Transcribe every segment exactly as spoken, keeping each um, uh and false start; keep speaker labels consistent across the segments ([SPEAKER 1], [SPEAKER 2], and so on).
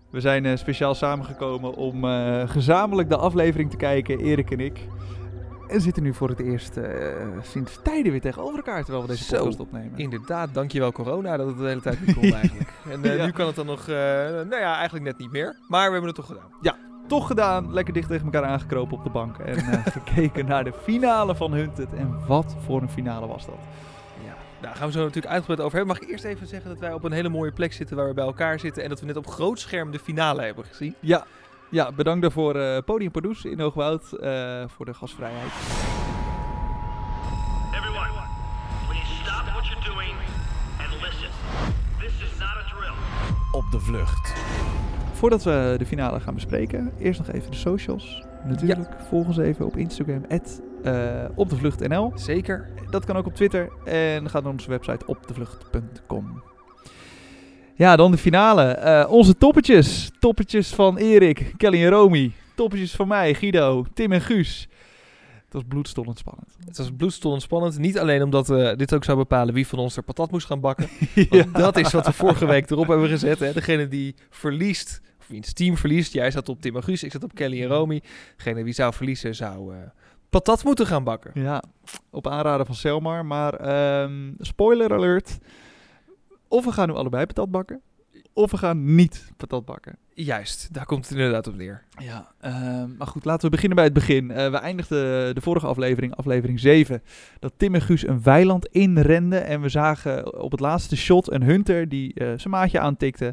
[SPEAKER 1] We zijn uh, speciaal samengekomen om uh, gezamenlijk de aflevering te kijken, Erik en ik. En zitten nu voor het eerst uh, sinds tijden weer tegenover elkaar terwijl we deze
[SPEAKER 2] Zo,
[SPEAKER 1] podcast opnemen.
[SPEAKER 2] Inderdaad, dankjewel corona dat het de hele tijd niet kon eigenlijk. En uh,
[SPEAKER 1] Ja.
[SPEAKER 2] nu kan het dan nog, uh, nou ja, eigenlijk net niet meer. Maar we hebben het toch gedaan.
[SPEAKER 1] Ja, toch gedaan. Lekker dicht tegen elkaar aangekropen op de bank. En uh, gekeken naar de finale van Hunted. En wat voor een finale was dat.
[SPEAKER 2] Ja, daar gaan we zo natuurlijk uitgebreid over hebben. Mag ik eerst even zeggen dat wij op een hele mooie plek zitten waar we bij elkaar zitten. En dat we net op groot scherm de finale hebben gezien.
[SPEAKER 1] Ja, ja bedankt daarvoor uh, Podium Pardoes in Hoogwoud uh, voor de gastvrijheid.
[SPEAKER 3] Everyone, please stop what you're doing and listen. This is not a drill.
[SPEAKER 4] Op de vlucht.
[SPEAKER 1] Voordat we de finale gaan bespreken, eerst nog even de socials. Natuurlijk, ja. Volg ons even op Instagram, at, uh, opdevluchtnl.
[SPEAKER 2] Zeker.
[SPEAKER 1] Dat kan ook op Twitter. En ga naar onze website opdevlucht punt com. Ja, dan de finale. Uh, onze toppetjes. Toppetjes van Erik, Kelly en Romy. Toppetjes van mij, Guido, Tim en Guus. Het was bloedstollend spannend.
[SPEAKER 2] Het was bloedstollend spannend. Niet alleen omdat we dit ook zou bepalen wie van ons er patat moest gaan bakken.
[SPEAKER 1] Ja.
[SPEAKER 2] Want dat is wat we vorige week erop hebben gezet. Hè. Degene die verliest, of wiens team verliest. Jij zat op Tim en Guus, ik zat op Kelly en Romy. Degene die zou verliezen zou uh, patat moeten gaan bakken.
[SPEAKER 1] Ja, op aanraden van Selmar. Maar um, spoiler alert. Of we gaan nu allebei patat bakken. Of we gaan niet patat bakken.
[SPEAKER 2] Juist, daar komt het inderdaad op neer.
[SPEAKER 1] Ja, uh, maar goed, laten we beginnen bij het begin. Uh, we eindigden de vorige aflevering, aflevering zeven, dat Tim en Guus een weiland inrenden. En we zagen op het laatste shot een hunter die uh, zijn maatje aantikte,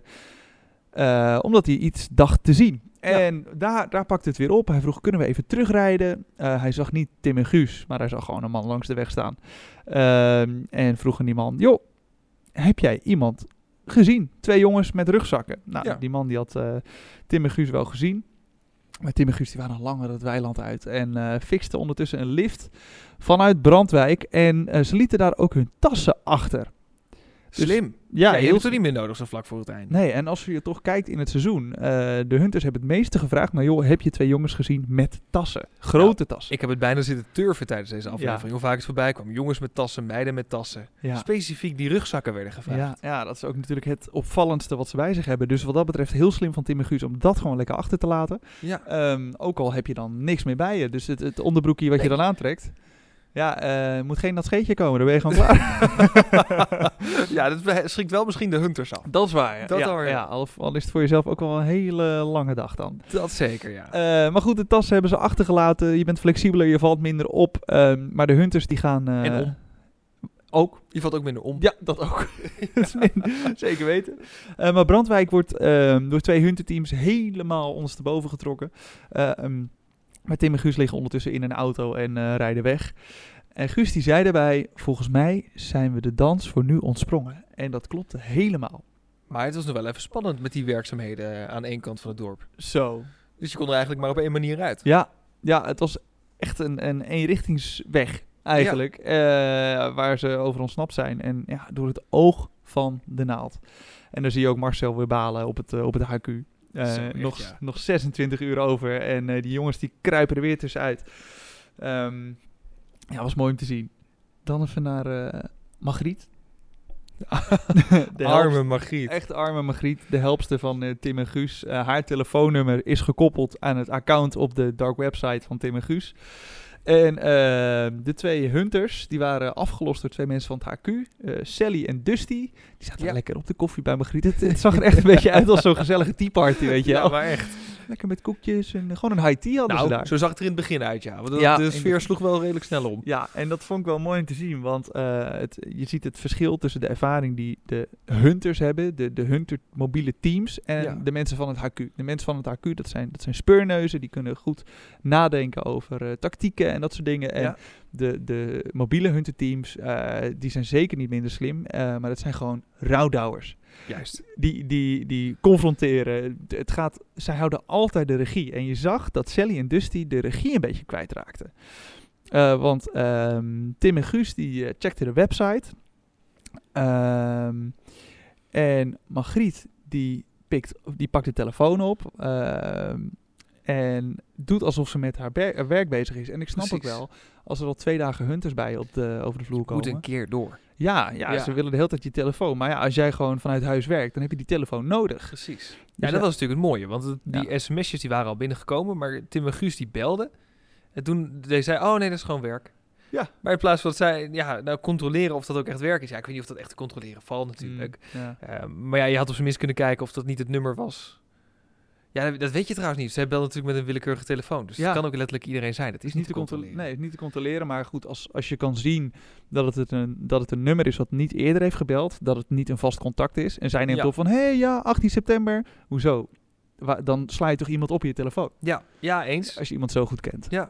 [SPEAKER 1] uh, omdat hij iets dacht te zien. En ja. daar, daar pakte het weer op. Hij vroeg, kunnen we even terugrijden? Uh, hij zag niet Tim en Guus, maar hij zag gewoon een man langs de weg staan. Uh, en vroeg aan die man, joh, heb jij iemand gezien? Twee jongens met rugzakken. Nou, ja. Die man die had uh, Tim en Guus wel gezien. Maar Tim en Guus die waren al langer het weiland uit. En uh, fixten ondertussen een lift vanuit Brandwijk. En uh, ze lieten daar ook hun tassen achter.
[SPEAKER 2] Dus, Slim.
[SPEAKER 1] Ja,
[SPEAKER 2] ja, je
[SPEAKER 1] heel
[SPEAKER 2] hebt er niet meer nodig zo vlak voor het einde.
[SPEAKER 1] Nee, en als je toch kijkt in het seizoen. Uh, de hunters hebben het meeste gevraagd. Maar joh, heb je twee jongens gezien met tassen? Grote ja, tassen.
[SPEAKER 2] Ik heb het bijna zitten turven tijdens deze aflevering.
[SPEAKER 1] Ja.
[SPEAKER 2] Hoe vaak het voorbij kwam. Jongens met tassen, meiden met tassen. Ja. Specifiek die rugzakken werden gevraagd.
[SPEAKER 1] Ja, ja, dat is ook natuurlijk het opvallendste wat ze bij zich hebben. Dus wat dat betreft heel slim van Tim en Guus om dat gewoon lekker achter te laten.
[SPEAKER 2] Ja.
[SPEAKER 1] Um, ook al heb je dan niks meer bij je. Dus het, het onderbroekje wat nee. je dan aantrekt. Ja, uh, moet geen nat scheetje komen, dan ben je gewoon klaar.
[SPEAKER 2] Ja, dat schrikt wel misschien de hunters af.
[SPEAKER 1] Dat is waar, ja.
[SPEAKER 2] Dat
[SPEAKER 1] ja,
[SPEAKER 2] al, ja.
[SPEAKER 1] ja al, al is het voor jezelf ook wel een hele lange dag dan.
[SPEAKER 2] Dat zeker, ja.
[SPEAKER 1] Uh, maar goed, de tassen hebben ze achtergelaten. Je bent flexibeler, je valt minder op. Um, maar de hunters die gaan... Uh,
[SPEAKER 2] en om.
[SPEAKER 1] Ook.
[SPEAKER 2] Je valt ook minder om.
[SPEAKER 1] Ja, dat ook. Zeker weten. Uh, maar Brandwijk wordt uh, door twee hunterteams helemaal ondersteboven getrokken. Uh, um, Maar Tim en Guus liggen ondertussen in een auto en uh, rijden weg. En Guus die zei daarbij, volgens mij zijn we de dans voor nu ontsprongen. En dat klopte helemaal.
[SPEAKER 2] Maar het was nog wel even spannend met die werkzaamheden aan één kant van het dorp.
[SPEAKER 1] Zo.
[SPEAKER 2] Dus je kon er eigenlijk maar op één manier uit.
[SPEAKER 1] Ja, ja het was echt een, een eenrichtingsweg eigenlijk. Ja. Uh, waar ze over ontsnapt zijn. En ja, door het oog van de naald. En dan zie je ook Marcel weer balen op het, uh, op het H Q. Uh, Zo, echt, nog, ja. nog zesentwintig uur over. En uh, die jongens die kruipen er weer tussenuit. Um, ja, was mooi om te zien. Dan even naar uh, Margriet.
[SPEAKER 2] de arme Margriet.
[SPEAKER 1] Echt arme Margriet. De helpster van uh, Tim en Guus. Uh, haar telefoonnummer is gekoppeld aan het account op de dark website van Tim en Guus. En uh, de twee hunters, die waren afgelost door twee mensen van het H Q. Uh, Sally en Dusty. Die zaten ja. lekker op de koffie bij Margriet. Het, het zag er echt een beetje uit als zo'n gezellige tea party, weet je wel.
[SPEAKER 2] Ja, maar echt.
[SPEAKER 1] Lekker met koekjes en uh, gewoon een high tea hadden
[SPEAKER 2] nou,
[SPEAKER 1] ze daar.
[SPEAKER 2] Zo zag het er in het begin uit, ja. Want de,
[SPEAKER 1] ja,
[SPEAKER 2] de sfeer de... sloeg wel redelijk snel om.
[SPEAKER 1] Ja, en dat vond ik wel mooi om te zien. Want uh, het, je ziet het verschil tussen de ervaring die de hunters hebben. De, de hunter mobiele teams. En ja. de mensen van het H Q. De mensen van het H Q, dat zijn, dat zijn speurneuzen. Die kunnen goed nadenken over uh, tactieken en dat soort dingen. En ja. de, de mobiele hunterteams, uh, die zijn zeker niet minder slim. Uh, maar dat zijn gewoon rouwdouwers.
[SPEAKER 2] Juist.
[SPEAKER 1] Die, die, die confronteren. Het gaat, zij houden altijd de regie. En je zag dat Sally en Dusty de regie een beetje kwijtraakten. Uh, want um, Tim en Guus die uh, checkten de website. Um, en Margriet die, pikt, die pakt de telefoon op. Um, En doet alsof ze met haar ber- werk bezig is. En ik snap
[SPEAKER 2] Precies.
[SPEAKER 1] ook wel, als er al twee dagen hunters bij je op de, over de vloer komen.
[SPEAKER 2] Moet een keer door.
[SPEAKER 1] Ja, ja,
[SPEAKER 2] Ja.
[SPEAKER 1] ze willen de hele tijd je telefoon. Maar ja, als jij gewoon vanuit huis werkt, dan heb je die telefoon nodig.
[SPEAKER 2] Precies. Ja,
[SPEAKER 1] Dus
[SPEAKER 2] dat
[SPEAKER 1] ja.
[SPEAKER 2] was natuurlijk het mooie. Want het- die
[SPEAKER 1] Ja.
[SPEAKER 2] sms'jes die waren al binnengekomen. Maar Tim en Guus die belden. En toen deed zij, oh nee, dat is gewoon werk.
[SPEAKER 1] Ja.
[SPEAKER 2] Maar in plaats van dat zij, ja, nou controleren of dat ook echt werk is. Ja, ik weet niet of dat echt te controleren valt natuurlijk.
[SPEAKER 1] Mm, ja.
[SPEAKER 2] Uh, maar ja, je had op zijn minst kunnen kijken of dat niet het nummer was. Ja, dat, dat weet je trouwens niet. Zij belt natuurlijk met een willekeurige telefoon. Dus
[SPEAKER 1] Ja.
[SPEAKER 2] het kan ook letterlijk iedereen zijn. Dat is niet te controleren.
[SPEAKER 1] Nee, het is niet te controleren. Maar goed, als, als je kan zien dat het, een, dat het een nummer is wat niet eerder heeft gebeld, dat het niet een vast contact is. En zij neemt
[SPEAKER 2] Ja.
[SPEAKER 1] op van, hé, hey, ja, achttien september. Hoezo? Wa- dan sla je toch iemand op je telefoon.
[SPEAKER 2] Ja, ja, eens.
[SPEAKER 1] Als je iemand zo goed kent.
[SPEAKER 2] Ja,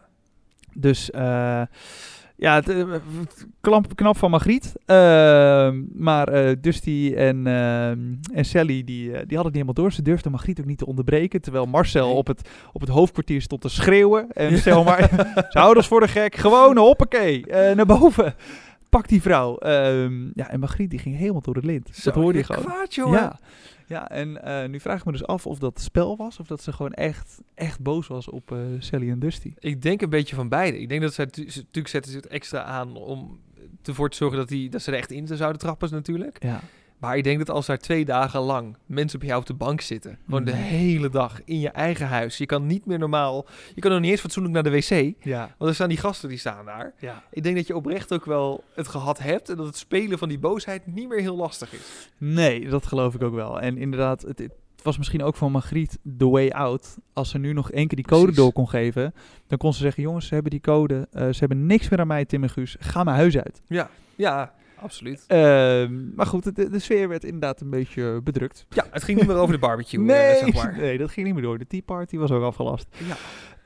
[SPEAKER 1] Dus eh, ja, het, eh, klamp, knap van Margriet. Ehm, maar eh, Dusty en, ehm, en Sally, die, eh, die hadden het niet helemaal door. Ze durfden Margriet ook niet te onderbreken. Terwijl Marcel
[SPEAKER 2] Nee.
[SPEAKER 1] op, het, op het hoofdkwartier stond te schreeuwen. En zeg maar, ze houden ons voor de gek. Gewoon, hoppakee, eh, naar boven. Pak die vrouw. Ehm, ja, en Margriet die ging helemaal door de lint.
[SPEAKER 2] Zo,
[SPEAKER 1] dat hoorde je
[SPEAKER 2] je
[SPEAKER 1] gewoon.
[SPEAKER 2] kwaad, jongen.
[SPEAKER 1] Ja, ja, en eh, nu vraag ik me dus af of dat spel was. Of dat ze gewoon echt, echt boos was op eh, Sally en Dusty.
[SPEAKER 2] Ik denk een beetje van beide. Ik denk dat zij tu- ze- natuurlijk zetten ze het extra aan om ervoor te zorgen dat, die, dat ze er echt in zouden trappen natuurlijk.
[SPEAKER 1] Ja.
[SPEAKER 2] Maar ik denk dat als daar twee dagen lang mensen bij jou op de bank zitten, gewoon de
[SPEAKER 1] Mhm.
[SPEAKER 2] hele dag in je eigen huis, je kan niet meer normaal, je kan nog niet eens fatsoenlijk naar de wc,
[SPEAKER 1] Ja.
[SPEAKER 2] want er staan die gasten die staan daar.
[SPEAKER 1] Ja.
[SPEAKER 2] Ik denk dat je oprecht ook wel het gehad hebt en dat het spelen van die boosheid niet meer heel lastig is.
[SPEAKER 1] Nee, dat geloof ik ook wel. En inderdaad, het, het was misschien ook van Margriet the way out. Als ze nu nog één keer die code
[SPEAKER 2] Precies.
[SPEAKER 1] door kon geven, dan kon ze zeggen, jongens, ze hebben die code. eh, ze hebben niks meer aan mij, Tim en Guus. Ga mijn huis uit.
[SPEAKER 2] Ja, ja, absoluut.
[SPEAKER 1] Ehm, maar goed, de, de sfeer werd inderdaad een beetje bedrukt.
[SPEAKER 2] Ja, het ging niet meer over de barbecue, eh,
[SPEAKER 1] nee,
[SPEAKER 2] zeg maar.
[SPEAKER 1] nee, dat ging niet meer door. De Tea Party was ook afgelast.
[SPEAKER 2] Ja.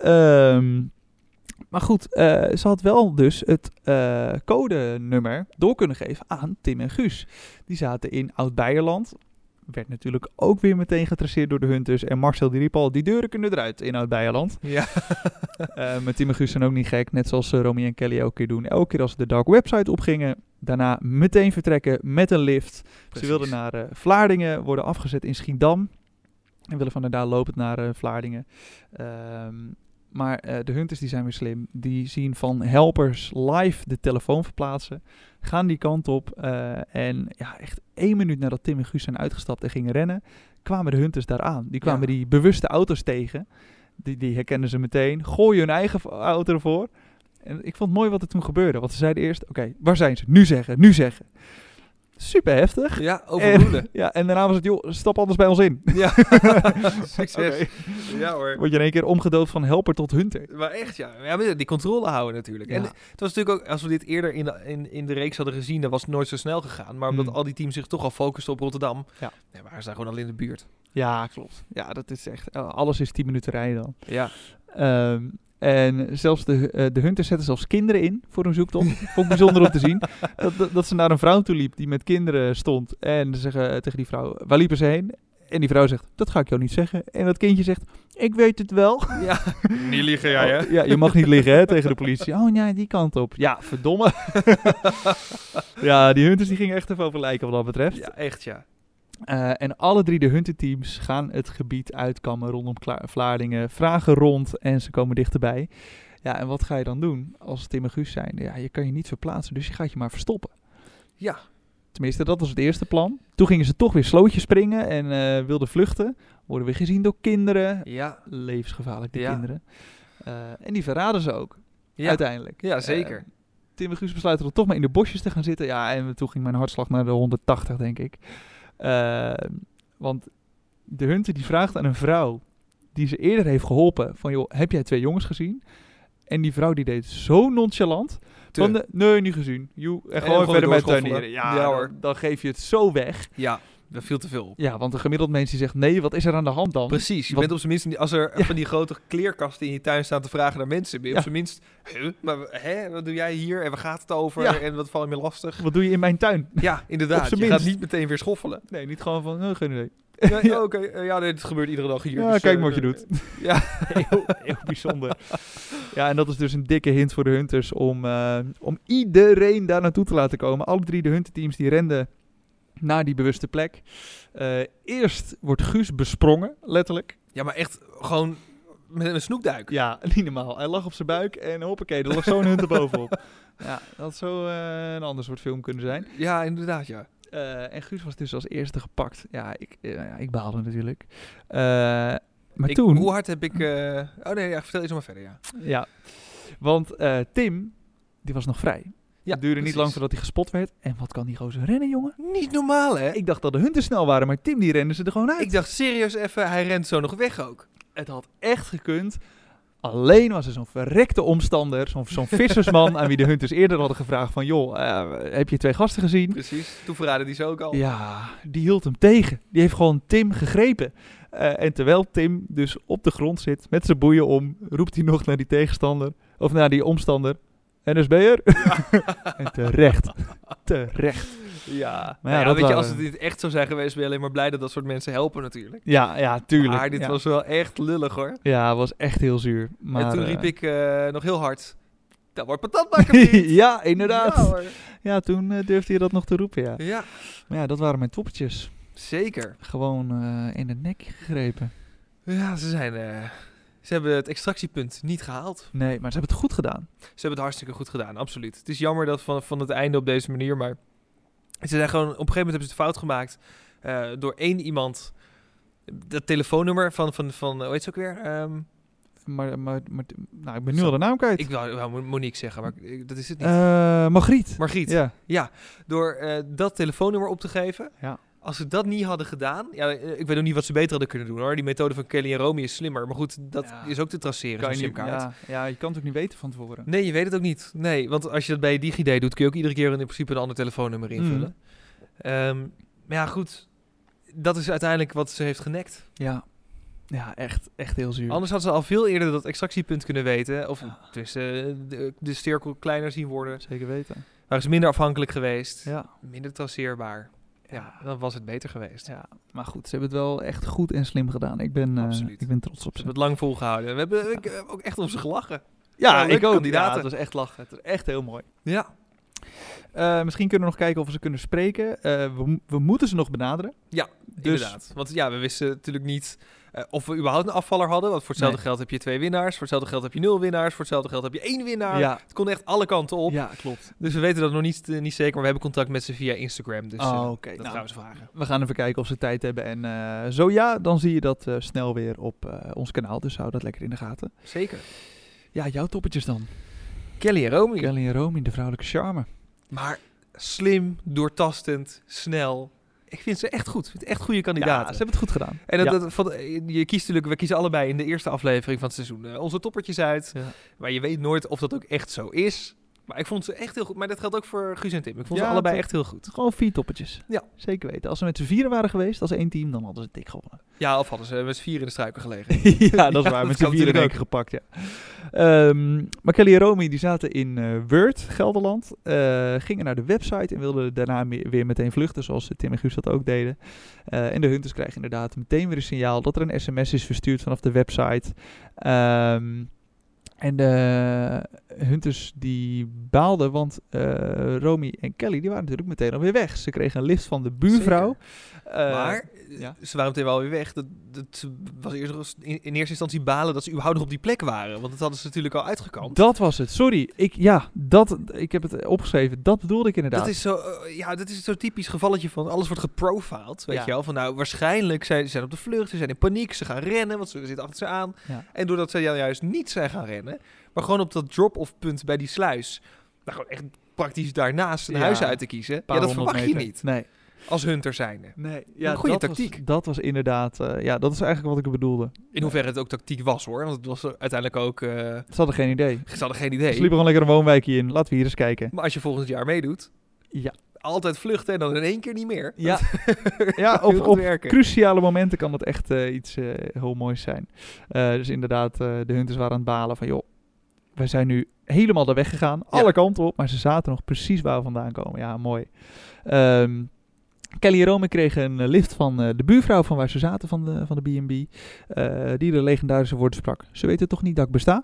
[SPEAKER 1] Ehm, maar goed, eh, ze had wel dus het eh, codenummer door kunnen geven aan Tim en Guus. Die zaten in Oud-Beierland. Werd natuurlijk ook weer meteen getraceerd door de Hunters. En Marcel die riep al, die deuren kunnen eruit in Oud-Beierland.
[SPEAKER 2] Ja.
[SPEAKER 1] Uh, met Tim en Guus zijn ook niet gek. Net zoals uh, Romy en Kelly elke keer doen. Elke keer als ze de dark website opgingen. Daarna meteen vertrekken met een lift.
[SPEAKER 2] Precies.
[SPEAKER 1] Ze wilden naar uh, Vlaardingen. Worden afgezet in Schiedam. En willen van daar lopend naar uh, Vlaardingen. Um, maar uh, de Hunters die zijn weer slim. Die zien van helpers live de telefoon verplaatsen. Gaan die kant op. Uh, en ja, echt één minuut nadat Tim en Guus zijn uitgestapt en gingen rennen, kwamen de Hunters daar aan. Die kwamen
[SPEAKER 2] Ja.
[SPEAKER 1] die bewuste auto's tegen. Die, die herkenden ze meteen. Gooien hun eigen auto ervoor. En ik vond het mooi wat er toen gebeurde. Want ze zeiden eerst, oké, okay, waar zijn ze? Nu zeggen, nu zeggen. Super heftig.
[SPEAKER 2] Ja, overroelen.
[SPEAKER 1] En, ja, en daarna was het, joh, stap anders bij ons in.
[SPEAKER 2] Ja, succes.
[SPEAKER 1] Okay.
[SPEAKER 2] Ja hoor.
[SPEAKER 1] Word je in één keer omgedood van helper tot hunter.
[SPEAKER 2] Maar echt, ja. ja maar die controle houden natuurlijk.
[SPEAKER 1] Ja.
[SPEAKER 2] En het was natuurlijk ook, als we dit eerder in de, in, in de reeks hadden gezien, dan was het nooit zo snel gegaan. Maar omdat
[SPEAKER 1] Hmm.
[SPEAKER 2] al die teams zich toch al focusten op Rotterdam,
[SPEAKER 1] Ja.
[SPEAKER 2] nee, waren ze daar gewoon al in de buurt.
[SPEAKER 1] Ja, klopt. Ja, dat is echt, uh, alles is tien minuten rijden dan.
[SPEAKER 2] Ja.
[SPEAKER 1] Um, en zelfs de, uh, de Hunters zetten zelfs kinderen in voor een zoektocht. Vond ik bijzonder om te zien. Dat, dat, dat ze naar een vrouw toe liep die met kinderen stond. En ze zeggen uh, tegen die vrouw, waar liepen ze heen? En die vrouw zegt, dat ga ik jou niet zeggen. En dat kindje zegt, ik weet het wel.
[SPEAKER 2] Ja, niet liegen jij, hè?
[SPEAKER 1] Oh, ja, je mag niet liegen hè, tegen de politie. Oh ja, die kant op. Ja, verdomme. Ja, die Hunters die gingen echt even over lijken wat dat betreft.
[SPEAKER 2] Ja, echt ja.
[SPEAKER 1] Uh, en alle drie de Hunter-teams gaan het gebied uitkammen rondom Kla- Vlaardingen, vragen rond en ze komen dichterbij. Ja, en wat ga je dan doen als Tim en Guus zijn? Ja, je kan je niet verplaatsen, dus je gaat je maar verstoppen.
[SPEAKER 2] Ja.
[SPEAKER 1] Tenminste, dat was het eerste plan. Toen gingen ze toch weer slootjes springen en uh, wilden vluchten. Worden weer gezien door kinderen.
[SPEAKER 2] Ja.
[SPEAKER 1] Levensgevaarlijk, die
[SPEAKER 2] Ja.
[SPEAKER 1] kinderen. Uh, en die verraden ze ook,
[SPEAKER 2] Ja.
[SPEAKER 1] uiteindelijk.
[SPEAKER 2] Ja, zeker.
[SPEAKER 1] Uh, Tim en Guus besluiten dan toch maar in de bosjes te gaan zitten. Ja, en toen ging mijn hartslag naar de honderdtachtig, denk ik. Uh, want de Hunter die vraagt aan een vrouw die ze eerder heeft geholpen van, joh, heb jij twee jongens gezien? En die vrouw die deed zo nonchalant.
[SPEAKER 2] Te.
[SPEAKER 1] Van de, nee, niet gezien. Joe, en
[SPEAKER 2] En
[SPEAKER 1] gewoon
[SPEAKER 2] gewoon
[SPEAKER 1] verder met
[SPEAKER 2] doorschoffelen.
[SPEAKER 1] tuinieren. Ja,
[SPEAKER 2] Ja,
[SPEAKER 1] dan,
[SPEAKER 2] hoor.
[SPEAKER 1] dan geef je het zo weg.
[SPEAKER 2] Ja, dat viel te veel op.
[SPEAKER 1] Ja, want een gemiddeld mens die zegt, nee, wat is er aan de hand dan?
[SPEAKER 2] Precies, je
[SPEAKER 1] Want-
[SPEAKER 2] bent op zijn minst, niet- als er
[SPEAKER 1] Ja.
[SPEAKER 2] van die grote kleerkasten in je tuin staan te vragen naar mensen, ben je
[SPEAKER 1] Ja.
[SPEAKER 2] op zijn minst, huh, maar hè, wat doe jij hier en waar gaat het over
[SPEAKER 1] Ja.
[SPEAKER 2] en wat valt je lastig?
[SPEAKER 1] Wat doe je in mijn tuin?
[SPEAKER 2] Ja,
[SPEAKER 1] Op
[SPEAKER 2] inderdaad,
[SPEAKER 1] zijn
[SPEAKER 2] je gaat
[SPEAKER 1] minst.
[SPEAKER 2] niet meteen weer schoffelen.
[SPEAKER 1] Nee, niet gewoon van, oh, geen idee.
[SPEAKER 2] Ja,
[SPEAKER 1] Ja.
[SPEAKER 2] oké, eh, ja, nee, dit gebeurt iedere dag hier.
[SPEAKER 1] Ja,
[SPEAKER 2] dus,
[SPEAKER 1] kijk
[SPEAKER 2] eh,
[SPEAKER 1] maar wat je doet.
[SPEAKER 2] Ja,
[SPEAKER 1] heel, heel bijzonder. Ja, en dat is dus een dikke hint voor de Hunters om, uh, om iedereen daar naartoe te laten komen. Alle drie de Hunterteams die renden naar die bewuste plek. Uh, eerst wordt Guus besprongen, letterlijk.
[SPEAKER 2] ja, maar echt gewoon met een snoekduik.
[SPEAKER 1] Ja, niet normaal. Hij lag op zijn buik en hoppakee, er lag zo'n hund erbovenop. Ja, dat had zo uh, een ander soort film kunnen zijn.
[SPEAKER 2] Ja, inderdaad, ja.
[SPEAKER 1] Uh, en Guus was dus als eerste gepakt. Ja, ik, uh, ja, ik baalde natuurlijk. Uh, maar
[SPEAKER 2] ik,
[SPEAKER 1] toen...
[SPEAKER 2] Hoe hard heb ik... Uh... Oh nee, ja, vertel eens maar verder, ja.
[SPEAKER 1] Ja, want uh, Tim, die was nog vrij.
[SPEAKER 2] Ja,
[SPEAKER 1] het duurde
[SPEAKER 2] precies.
[SPEAKER 1] niet lang voordat hij gespot werd. En wat kan die gozer rennen, jongen?
[SPEAKER 2] Niet normaal, hè?
[SPEAKER 1] Ik dacht dat de hunden snel waren, maar Tim die rende ze er gewoon uit.
[SPEAKER 2] Ik dacht serieus even, hij rent zo nog weg ook.
[SPEAKER 1] Het had echt gekund. Alleen was er zo'n verrekte omstander, zo'n, zo'n vissersman aan wie de hunters eerder hadden gevraagd van... joh, uh, heb je twee gasten gezien?
[SPEAKER 2] Precies, toen verraadde die zo ook al.
[SPEAKER 1] Ja, die hield hem tegen. Die heeft gewoon Tim gegrepen. Uh, en terwijl Tim dus op de grond zit met zijn boeien om, roept hij nog naar die tegenstander, of naar die omstander... N S B'er? Ja. En terecht. Terecht.
[SPEAKER 2] Ja,
[SPEAKER 1] maar ja,
[SPEAKER 2] ja,
[SPEAKER 1] dat
[SPEAKER 2] weet je,
[SPEAKER 1] waren...
[SPEAKER 2] als het niet echt zou zijn geweest, ben je alleen maar blij dat dat soort mensen helpen natuurlijk.
[SPEAKER 1] Ja, ja, tuurlijk.
[SPEAKER 2] Maar dit
[SPEAKER 1] ja.
[SPEAKER 2] was wel echt lullig, hoor.
[SPEAKER 1] Ja, het was echt heel zuur. Maar,
[SPEAKER 2] en toen riep
[SPEAKER 1] uh...
[SPEAKER 2] ik uh, nog heel hard, dat wordt patatbakker.
[SPEAKER 1] Ja, inderdaad.
[SPEAKER 2] Ja, hoor.
[SPEAKER 1] Ja, toen uh, durfde je dat nog te roepen, ja.
[SPEAKER 2] Ja.
[SPEAKER 1] Maar ja, dat waren mijn toppetjes.
[SPEAKER 2] Zeker.
[SPEAKER 1] Gewoon uh, in het nek gegrepen.
[SPEAKER 2] Ja, ze zijn... Uh, ze hebben het extractiepunt niet gehaald.
[SPEAKER 1] Nee, maar ze hebben het goed gedaan.
[SPEAKER 2] Ze hebben het hartstikke goed gedaan, absoluut. Het is jammer dat van, van het einde op deze manier, maar... Ze zijn gewoon, op een gegeven moment hebben ze de fout gemaakt uh, door één iemand dat telefoonnummer van, van, van hoe heet ze ook weer? Um,
[SPEAKER 1] maar, maar, maar, nou, ik ben nu al de naam kwijt.
[SPEAKER 2] Ik wou, wou Monique zeggen, maar ik, dat is het niet.
[SPEAKER 1] Uh, Margriet.
[SPEAKER 2] Margriet,
[SPEAKER 1] ja.
[SPEAKER 2] ja. Door uh, dat telefoonnummer op te geven.
[SPEAKER 1] Ja.
[SPEAKER 2] Als ze dat niet hadden gedaan, ja, ik weet ook niet wat ze beter hadden kunnen doen, hoor. Die methode van Kelly en Romy is slimmer, maar goed, dat ja. is ook te traceren, zo'n simkaart.
[SPEAKER 1] Ja, ja, je kan het ook niet weten van tevoren.
[SPEAKER 2] Nee, je weet het ook niet. Nee, want als je dat bij DigiD doet, kun je ook iedere keer in principe een ander telefoonnummer invullen. Mm. Um, maar ja, goed. Dat is uiteindelijk wat ze heeft genekt.
[SPEAKER 1] Ja, ja echt, echt heel zuur.
[SPEAKER 2] Anders had ze al veel eerder dat extractiepunt kunnen weten. Of ja. tussen de, de cirkel kleiner zien worden.
[SPEAKER 1] Zeker weten.
[SPEAKER 2] Waren ze minder afhankelijk geweest.
[SPEAKER 1] Ja.
[SPEAKER 2] Minder traceerbaar. Ja, ja, dan was het beter geweest.
[SPEAKER 1] Ja, maar goed, ze hebben het wel echt goed en slim gedaan. Ik ben, uh, ik ben trots op ze.
[SPEAKER 2] Ze hebben het lang volgehouden. We hebben ik, uh, ook echt om ze gelachen.
[SPEAKER 1] Ja, ja ik ook. Ja, het was echt lachen. Het was echt heel mooi.
[SPEAKER 2] Ja.
[SPEAKER 1] Uh, misschien kunnen we nog kijken of we ze kunnen spreken. Uh, we, we moeten ze nog benaderen.
[SPEAKER 2] Ja, dus... inderdaad. Want ja, we wisten natuurlijk niet uh, of we überhaupt een afvaller hadden. Want voor hetzelfde nee. geld heb je twee winnaars. Voor hetzelfde geld heb je nul winnaars. Voor hetzelfde geld heb je één winnaar. Ja. Het kon echt alle kanten op.
[SPEAKER 1] Ja, klopt.
[SPEAKER 2] Dus we weten dat nog niet, uh, niet zeker. Maar we hebben contact met ze via Instagram. Dus
[SPEAKER 1] oh,
[SPEAKER 2] uh,
[SPEAKER 1] okay.
[SPEAKER 2] dat
[SPEAKER 1] nou,
[SPEAKER 2] gaan we ze vragen.
[SPEAKER 1] We gaan even kijken of ze tijd hebben. En uh, zo ja, dan zie je dat uh, snel weer op uh, ons kanaal. Dus hou dat lekker in de gaten.
[SPEAKER 2] Zeker.
[SPEAKER 1] Ja, jouw toppetjes dan.
[SPEAKER 2] Kelly en Romy.
[SPEAKER 1] Kelly en Romy, de vrouwelijke charme.
[SPEAKER 2] Maar slim, doortastend, snel. Ik vind ze echt goed. Ik vind echt goede kandidaten.
[SPEAKER 1] Ja, ze hebben het goed gedaan.
[SPEAKER 2] En dat,
[SPEAKER 1] ja.
[SPEAKER 2] dat, van, je kiest natuurlijk, we kiezen allebei in de eerste aflevering van het seizoen uh, onze toppertjes uit. Ja. Maar je weet nooit of dat ook echt zo is. Maar ik vond ze echt heel goed. Maar dat geldt ook voor Guus en Tim. Ik vond ja, ze allebei echt heel goed.
[SPEAKER 1] Gewoon vier toppetjes.
[SPEAKER 2] Ja.
[SPEAKER 1] Zeker weten. Als ze met z'n vieren waren geweest, als één team, dan hadden ze dik gewonnen.
[SPEAKER 2] Ja, of hadden ze met z'n vieren in de struiken gelegen.
[SPEAKER 1] ja, dat is ja, waar. Met z'n vieren in één keer gepakt, ja. Um, maar Kelly en Romy, die zaten in uh, Weurt, Gelderland. Uh, gingen naar de website en wilden daarna me- weer meteen vluchten, zoals Tim en Guus dat ook deden. Uh, en de hunters krijgen inderdaad meteen weer een signaal dat er een sms is verstuurd vanaf de website. Um, En de hunters die baalden, want uh, Romy en Kelly die waren natuurlijk meteen alweer weg. Ze kregen een lift van de buurvrouw. Uh,
[SPEAKER 2] maar
[SPEAKER 1] ja.
[SPEAKER 2] ze waren meteen wel weer weg. Dat, dat was eerst in, in eerste instantie balen dat ze überhaupt nog op die plek waren. Want dat hadden ze natuurlijk al uitgekampt.
[SPEAKER 1] Dat was het, sorry. Ik, ja, dat, ik heb het opgeschreven. Dat bedoelde ik inderdaad.
[SPEAKER 2] Dat is zo, uh, ja, dat is zo'n typisch gevalletje van alles wordt geprofiled. Weet
[SPEAKER 1] ja.
[SPEAKER 2] je wel? Van nou, waarschijnlijk zijn ze zijn op de vlucht. Ze zijn in paniek. Ze gaan rennen, want ze zitten achter ze aan.
[SPEAKER 1] Ja.
[SPEAKER 2] En doordat ze juist niet zijn gaan rennen, maar gewoon op dat drop-off punt bij die sluis, nou gewoon echt praktisch daarnaast een ja, huis uit te kiezen. Ja, dat verwacht
[SPEAKER 1] meter.
[SPEAKER 2] je niet.
[SPEAKER 1] Nee.
[SPEAKER 2] Als hunter zijnde.
[SPEAKER 1] Nee. Ja,
[SPEAKER 2] een goede
[SPEAKER 1] dat
[SPEAKER 2] tactiek.
[SPEAKER 1] Was, dat was inderdaad, uh, ja, dat is eigenlijk wat ik bedoelde.
[SPEAKER 2] In hoeverre het ook tactiek was, hoor. Want het was uiteindelijk ook... Uh,
[SPEAKER 1] ze hadden geen idee.
[SPEAKER 2] Ze hadden geen idee.
[SPEAKER 1] Ze liepen gewoon lekker een woonwijkje in. Laten we hier eens kijken.
[SPEAKER 2] Maar als je volgend jaar meedoet...
[SPEAKER 1] Ja.
[SPEAKER 2] Altijd vluchten en dan in één keer niet meer.
[SPEAKER 1] Ja, ja op, op cruciale momenten kan dat echt uh, iets uh, heel moois zijn. Uh, dus inderdaad, uh, de hunters waren aan het balen van... joh, wij zijn nu helemaal daar weggegaan. Ja. Alle kanten op. Maar ze zaten nog precies waar we vandaan komen. Ja, mooi. Um, Kelly en Romy kregen een lift van uh, de buurvrouw van waar ze zaten van de, van de B en B. Uh, die de legendarische woorden sprak. Ze weten toch niet dat ik besta?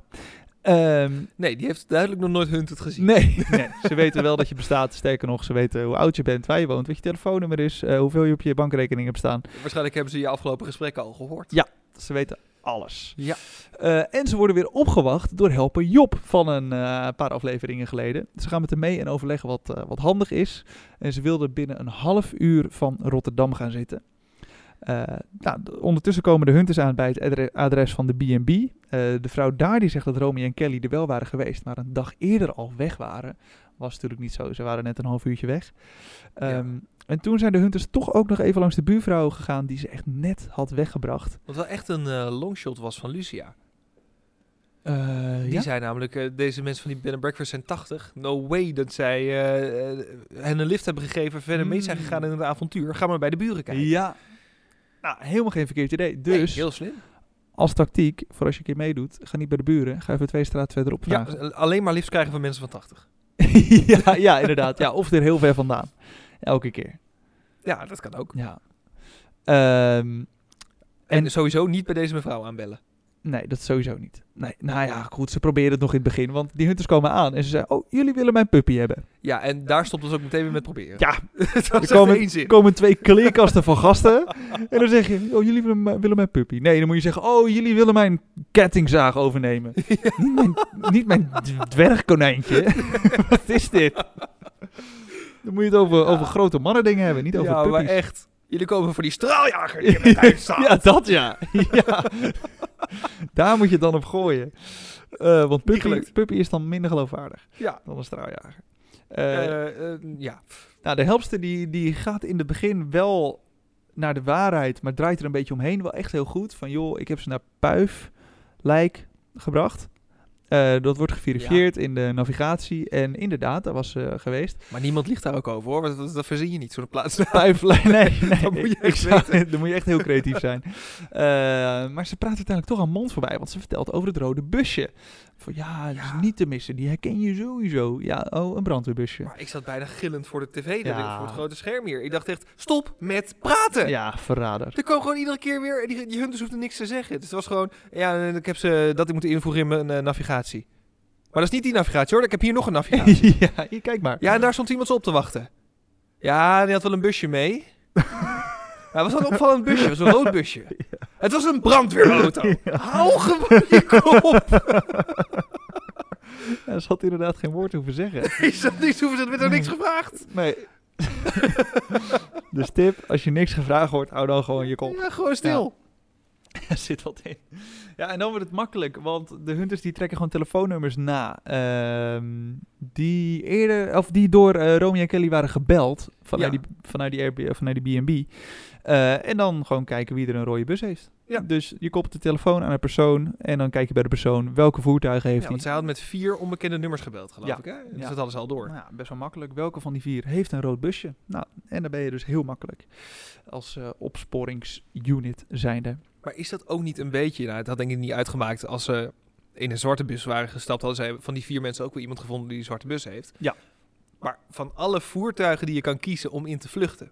[SPEAKER 1] Um,
[SPEAKER 2] nee, die heeft duidelijk nog nooit Hunted gezien.
[SPEAKER 1] Nee, nee, ze weten wel dat je bestaat. Sterker nog, ze weten hoe oud je bent, waar je woont, wat je telefoonnummer is, uh, hoeveel je op je bankrekening hebt staan.
[SPEAKER 2] Waarschijnlijk hebben ze je afgelopen gesprekken al gehoord.
[SPEAKER 1] Ja, ze weten alles.
[SPEAKER 2] Ja.
[SPEAKER 1] Uh, en ze worden weer opgewacht door helper Job van een uh, paar afleveringen geleden. Ze gaan met hem mee en overleggen wat, uh, wat handig is. En ze wilden binnen een half uur van Rotterdam gaan zitten. Uh, nou, d- ondertussen komen de hunters aan bij het adre- adres van de B en B. Uh, de vrouw daar die zegt dat Romy en Kelly er wel waren geweest, maar een dag eerder al weg waren. Was natuurlijk niet zo, ze waren net een half uurtje weg. Um,
[SPEAKER 2] Ja.
[SPEAKER 1] En toen zijn de hunters toch ook nog even langs de buurvrouw gegaan die ze echt net had weggebracht.
[SPEAKER 2] Wat wel echt een uh, longshot was van Lucia.
[SPEAKER 1] Uh,
[SPEAKER 2] Die
[SPEAKER 1] ja?
[SPEAKER 2] zei namelijk, uh, deze mensen van die bed and breakfast zijn tachtig. No way dat zij uh, uh, hen een lift hebben gegeven, verder mee zijn gegaan in het avontuur. Ga maar bij de buren kijken.
[SPEAKER 1] Ja. Nou, helemaal geen verkeerd idee. Dus
[SPEAKER 2] Nee, heel slim.
[SPEAKER 1] als tactiek, voor als je een keer meedoet, ga niet bij de buren. Ga even twee straten verderop
[SPEAKER 2] Ja,
[SPEAKER 1] vragen.
[SPEAKER 2] alleen maar lifts krijgen van mensen van tachtig.
[SPEAKER 1] ja, ja, inderdaad. Ja, of er heel ver vandaan. Elke keer.
[SPEAKER 2] Ja, dat kan ook.
[SPEAKER 1] Ja. Ehm,
[SPEAKER 2] En,
[SPEAKER 1] En-
[SPEAKER 2] sowieso niet bij deze mevrouw aanbellen.
[SPEAKER 1] nee, dat sowieso niet. Nee, nou ja, goed, ze proberen het nog in het begin, want die hunters komen aan en ze zeggen, oh, jullie willen mijn puppy hebben.
[SPEAKER 2] Ja, en daar stopt dus ook meteen weer met proberen.
[SPEAKER 1] Ja,
[SPEAKER 2] Het was
[SPEAKER 1] er
[SPEAKER 2] echt
[SPEAKER 1] komen,
[SPEAKER 2] één zin.
[SPEAKER 1] komen twee kleerkasten van gasten en dan zeg je, oh, jullie willen, mijn- willen mijn puppy. Nee, dan moet je zeggen, oh, jullie willen mijn kettingzaag overnemen. Niet mijn, niet mijn d- dwergkonijntje. Wat is dit? Dan moet je het over,
[SPEAKER 2] Ja.
[SPEAKER 1] over grote mannen dingen hebben, niet over
[SPEAKER 2] Ja, maar
[SPEAKER 1] puppies.
[SPEAKER 2] echt. Jullie komen voor die straaljager die in het huis staat.
[SPEAKER 1] Ja, dat ja. ja. Daar moet je het dan op gooien. Uh, want puppy,
[SPEAKER 2] gelukt.
[SPEAKER 1] puppy is dan minder geloofwaardig
[SPEAKER 2] Ja.
[SPEAKER 1] dan een straaljager. Uh,
[SPEAKER 2] Eh, eh, ja.
[SPEAKER 1] nou, de helpster die, die gaat in het begin wel naar de waarheid, maar draait er een beetje omheen. Wel echt heel goed. Van joh, ik heb ze naar Puif, Lijk gebracht. Uh, dat wordt geverifieerd in de navigatie. En inderdaad, daar was ze geweest.
[SPEAKER 2] Maar niemand liegt daar ook over, hoor. Want dat, dat verzin je niet, zo'n plaats.
[SPEAKER 1] Puif, Lijk, nee, nee.
[SPEAKER 2] Dan moet je
[SPEAKER 1] ik
[SPEAKER 2] echt
[SPEAKER 1] zou-
[SPEAKER 2] weten.
[SPEAKER 1] dan moet je echt heel creatief zijn. Uh, maar ze praat uiteindelijk toch aan mond voorbij, want ze vertelt over het rode busje. Van ja, dat is
[SPEAKER 2] Ja.
[SPEAKER 1] niet te missen. Die herken je sowieso. Ja, oh, een brandweerbusje.
[SPEAKER 2] Maar ik zat bijna gillend voor de tv,
[SPEAKER 1] Ja.
[SPEAKER 2] ja. voor het grote scherm hier. Ik dacht echt, stop met praten!
[SPEAKER 1] Ja, verrader.
[SPEAKER 2] Er kwam gewoon iedere keer weer, die, die hunters hoefden niks te zeggen. Dus het was gewoon, ja, ik heb ze dat ik moeten invoegen in mijn uh, navigatie. Maar dat is niet die navigatie, hoor. Ik heb hier nog een navigatie.
[SPEAKER 1] ja, hier, kijk maar.
[SPEAKER 2] Ja, en daar stond iemand zo op te wachten. Ja, die had wel een busje mee. Ja, het was wel een opvallend busje. Het was een rood busje. Het was een brandweerauto. Hou gewoon je kop.
[SPEAKER 1] Ja, ze had inderdaad geen woord hoeven zeggen.
[SPEAKER 2] Is dat niet, hoeven ze werd er niks gevraagd.
[SPEAKER 1] Nee. Dus tip, als je niks gevraagd wordt, hou dan gewoon je kop.
[SPEAKER 2] Ja, gewoon stil.
[SPEAKER 1] Er zit wat in. Ja, en dan wordt het makkelijk, want de hunters die trekken gewoon telefoonnummers na. Ehm, die eerder, of die door uh, Romy en Kelly waren gebeld vanuit,
[SPEAKER 2] Ja.
[SPEAKER 1] die, vanuit die Airbnb, vanuit die B en B. Uh, en dan gewoon kijken wie er een rode bus heeft.
[SPEAKER 2] Ja.
[SPEAKER 1] Dus je koppelt de telefoon aan een persoon en dan kijk je bij de persoon welke voertuigen heeft
[SPEAKER 2] Ja,
[SPEAKER 1] hij.
[SPEAKER 2] want zij had met vier onbekende nummers gebeld, geloof
[SPEAKER 1] Ja.
[SPEAKER 2] ik. Hè? Dus
[SPEAKER 1] Ja.
[SPEAKER 2] dat hadden ze al door.
[SPEAKER 1] Nou ja, best wel makkelijk. Welke van die vier heeft een rood busje? Nou, en dan ben je dus heel makkelijk als uh, opsporingsunit zijnde.
[SPEAKER 2] Maar is dat ook niet een beetje, nou, dat had denk ik niet uitgemaakt, als ze in een zwarte bus waren gestapt, hadden zij van die vier mensen ook wel iemand gevonden die een zwarte bus heeft.
[SPEAKER 1] Ja.
[SPEAKER 2] Maar van alle voertuigen die je kan kiezen om in te vluchten,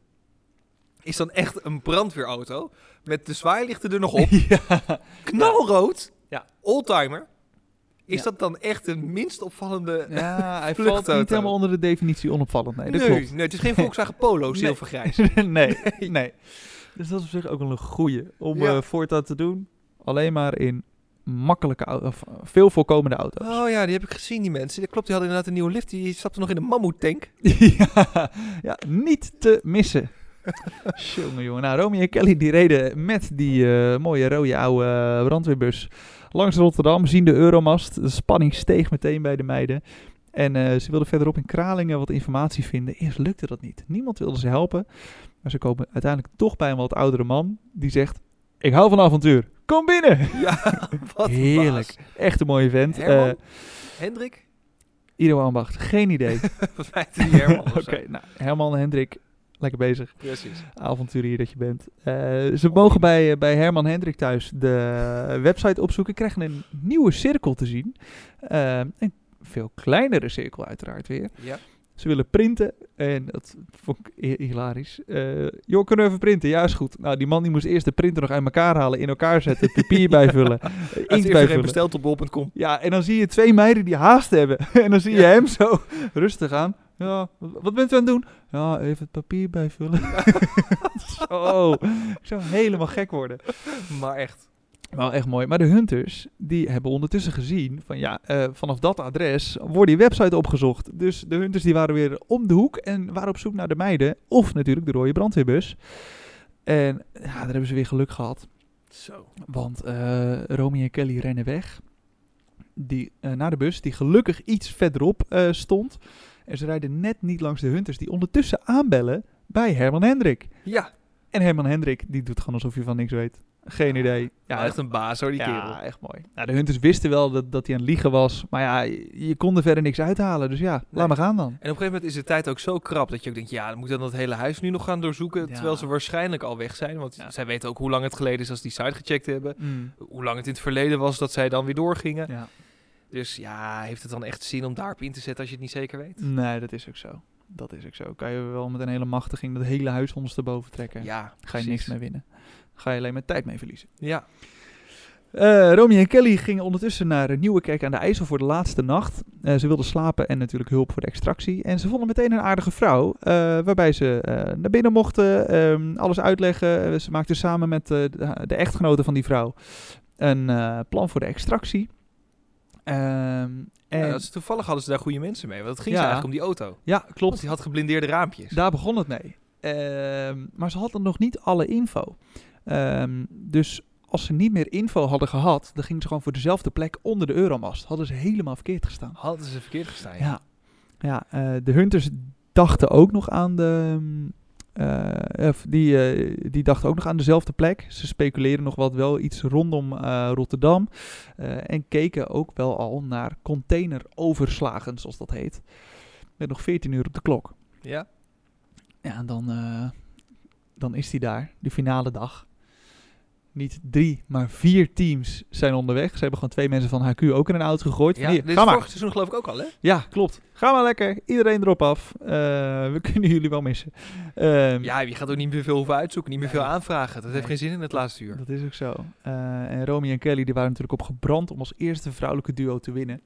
[SPEAKER 2] is dan echt een brandweerauto met de zwaailichten er nog op,
[SPEAKER 1] ja.
[SPEAKER 2] knalrood,
[SPEAKER 1] Ja.
[SPEAKER 2] oldtimer. Is
[SPEAKER 1] Ja.
[SPEAKER 2] dat dan echt de minst opvallende?
[SPEAKER 1] Ja, hij valt
[SPEAKER 2] Vluchtauto.
[SPEAKER 1] niet helemaal onder de definitie onopvallend. Nee, dat
[SPEAKER 2] nee,
[SPEAKER 1] klopt.
[SPEAKER 2] nee, het is geen Volkswagen Polo,
[SPEAKER 1] Nee.
[SPEAKER 2] zilvergrijs.
[SPEAKER 1] nee, nee,
[SPEAKER 2] Nee.
[SPEAKER 1] nee. Dus dat is op zich ook wel een goeie om
[SPEAKER 2] Ja.
[SPEAKER 1] uh, voortaan te doen. Alleen maar in makkelijke, au- of, uh, veel voorkomende auto's.
[SPEAKER 2] Oh ja, die heb ik gezien, die mensen. Dat klopt, die hadden inderdaad een nieuwe lift. Die stapte nog in een mammoetank.
[SPEAKER 1] ja, ja, niet te missen. Jongen, jongen. Nou, Romy en Kelly die reden met die uh, mooie rode oude uh, brandweerbus langs Rotterdam. Zien de Euromast. De spanning steeg meteen bij de meiden. En uh, ze wilden verderop in Kralingen wat informatie vinden. Eerst lukte dat niet. Niemand wilde ze helpen. Maar ze komen uiteindelijk toch bij een wat oudere man. Die zegt, ik hou van avontuur. Kom binnen.
[SPEAKER 2] Ja, wat een
[SPEAKER 1] Heerlijk.
[SPEAKER 2] baas.
[SPEAKER 1] Echt een mooie vent.
[SPEAKER 2] Herman?
[SPEAKER 1] Uh,
[SPEAKER 2] Hendrik?
[SPEAKER 1] Ido Ambacht. Geen idee.
[SPEAKER 2] Volgens mij heette die Herman of
[SPEAKER 1] Oké,
[SPEAKER 2] zo.
[SPEAKER 1] okay, nou, Herman en Hendrik. Lekker bezig.
[SPEAKER 2] Precies.
[SPEAKER 1] Avonturier dat je bent. Uh, ze mogen bij, uh, bij Herman Hendrik thuis de website opzoeken. Krijgen een nieuwe cirkel te zien. Uh, een veel kleinere cirkel uiteraard weer.
[SPEAKER 2] Ja.
[SPEAKER 1] Ze willen printen. En dat vond ik hi- hilarisch. Uh, joh, kunnen we even printen? Ja, is goed. Nou, die man die moest eerst de printer nog uit elkaar halen. In elkaar zetten. Papier bijvullen. Uh, inkt bijvullen.
[SPEAKER 2] besteld op bol punt com.
[SPEAKER 1] Ja, en dan zie je twee meiden die haast hebben. En dan zie je
[SPEAKER 2] Ja.
[SPEAKER 1] hem zo rustig aan. Ja, wat bent u aan het doen? Ja, even het papier bijvullen. Zo, ik zou helemaal gek worden.
[SPEAKER 2] Maar echt.
[SPEAKER 1] Wel echt mooi. Maar de hunters, die hebben ondertussen gezien van ja, uh, vanaf dat adres wordt die website opgezocht. Dus de hunters die waren weer om de hoek en waren op zoek naar de meiden. Of natuurlijk de rode brandweerbus. En ja, daar hebben ze weer geluk gehad.
[SPEAKER 2] Zo.
[SPEAKER 1] Want uh, Romy en Kelly rennen weg. Die, uh, naar de bus, die gelukkig iets verderop uh, stond. En ze rijden net niet langs de hunters die ondertussen aanbellen bij Herman Hendrik.
[SPEAKER 2] Ja.
[SPEAKER 1] En Herman Hendrik, die doet gewoon alsof je van niks weet. Geen idee.
[SPEAKER 2] Ja, echt een baas hoor, die
[SPEAKER 1] ja,
[SPEAKER 2] kerel.
[SPEAKER 1] echt mooi. Nou, de hunters wisten wel dat, dat hij aan het liegen was. Maar ja, je, je kon er verder niks uithalen. Dus ja, nee. laat maar gaan dan.
[SPEAKER 2] En op een gegeven moment is de tijd ook zo krap dat je ook denkt, ja, dan moet dan dat hele huis nu nog gaan doorzoeken. Ja. Terwijl ze waarschijnlijk al weg zijn. Want ja. zij weten ook hoe lang het geleden is als die site gecheckt hebben. Mm. Hoe lang het in het verleden was dat zij dan weer doorgingen. Ja. Dus ja, heeft het dan echt zin om daarop in te zetten als je het niet zeker weet?
[SPEAKER 1] Nee, dat is ook zo. Dat is ook zo. Kan je wel met een hele machtiging dat hele huis ondersteboven trekken.
[SPEAKER 2] Ja,
[SPEAKER 1] ga je
[SPEAKER 2] precies.
[SPEAKER 1] niks mee winnen. Ga je alleen maar tijd mee verliezen.
[SPEAKER 2] Ja.
[SPEAKER 1] Uh, Romy en Kelly gingen ondertussen naar Nieuwekerk aan de IJssel voor de laatste nacht. Uh, ze wilden slapen en natuurlijk hulp voor de extractie. En ze vonden meteen een aardige vrouw, uh, waarbij ze uh, naar binnen mochten, um, alles uitleggen. Uh, ze maakten samen met uh, de, de echtgenote van die vrouw een uh, plan voor de extractie. Um, en
[SPEAKER 2] ja, dat is, toevallig hadden ze daar goede mensen mee, want het ging
[SPEAKER 1] ja,
[SPEAKER 2] ze eigenlijk om die auto.
[SPEAKER 1] Ja, klopt.
[SPEAKER 2] Want die had geblindeerde raampjes.
[SPEAKER 1] Daar begon het mee. Um, maar ze hadden nog niet alle info. Um, dus als ze niet meer info hadden gehad, dan gingen ze gewoon voor dezelfde plek onder de Euromast. Hadden ze helemaal verkeerd gestaan.
[SPEAKER 2] Hadden ze verkeerd gestaan,
[SPEAKER 1] ja. Ja, ja uh, de hunters dachten ook nog aan de... Uh, die, uh, die dachten ook nog aan dezelfde plek. Ze speculeren nog wat wel iets rondom uh, Rotterdam. Uh, en keken ook wel al naar containeroverslagen, zoals dat heet. Met nog veertien uur op de klok.
[SPEAKER 2] Ja.
[SPEAKER 1] Ja, en dan, uh, dan is die daar, de finale dag. Niet drie, maar vier teams zijn onderweg. Ze hebben gewoon twee mensen van H Q ook in een auto gegooid.
[SPEAKER 2] Ja,
[SPEAKER 1] Hier,
[SPEAKER 2] dit
[SPEAKER 1] ga
[SPEAKER 2] is
[SPEAKER 1] maar.
[SPEAKER 2] vorig seizoen geloof ik ook al, hè?
[SPEAKER 1] Ja, klopt. Ga maar lekker. Iedereen erop af. Uh, we kunnen jullie wel missen. Um,
[SPEAKER 2] ja, je gaat ook niet meer veel hoeven uitzoeken. Niet meer
[SPEAKER 1] nee.
[SPEAKER 2] veel aanvragen. Dat
[SPEAKER 1] nee.
[SPEAKER 2] heeft geen zin in het laatste uur.
[SPEAKER 1] Dat is ook zo. Uh, en Romy en Kelly die waren natuurlijk op gebrand om als eerste vrouwelijke duo te winnen.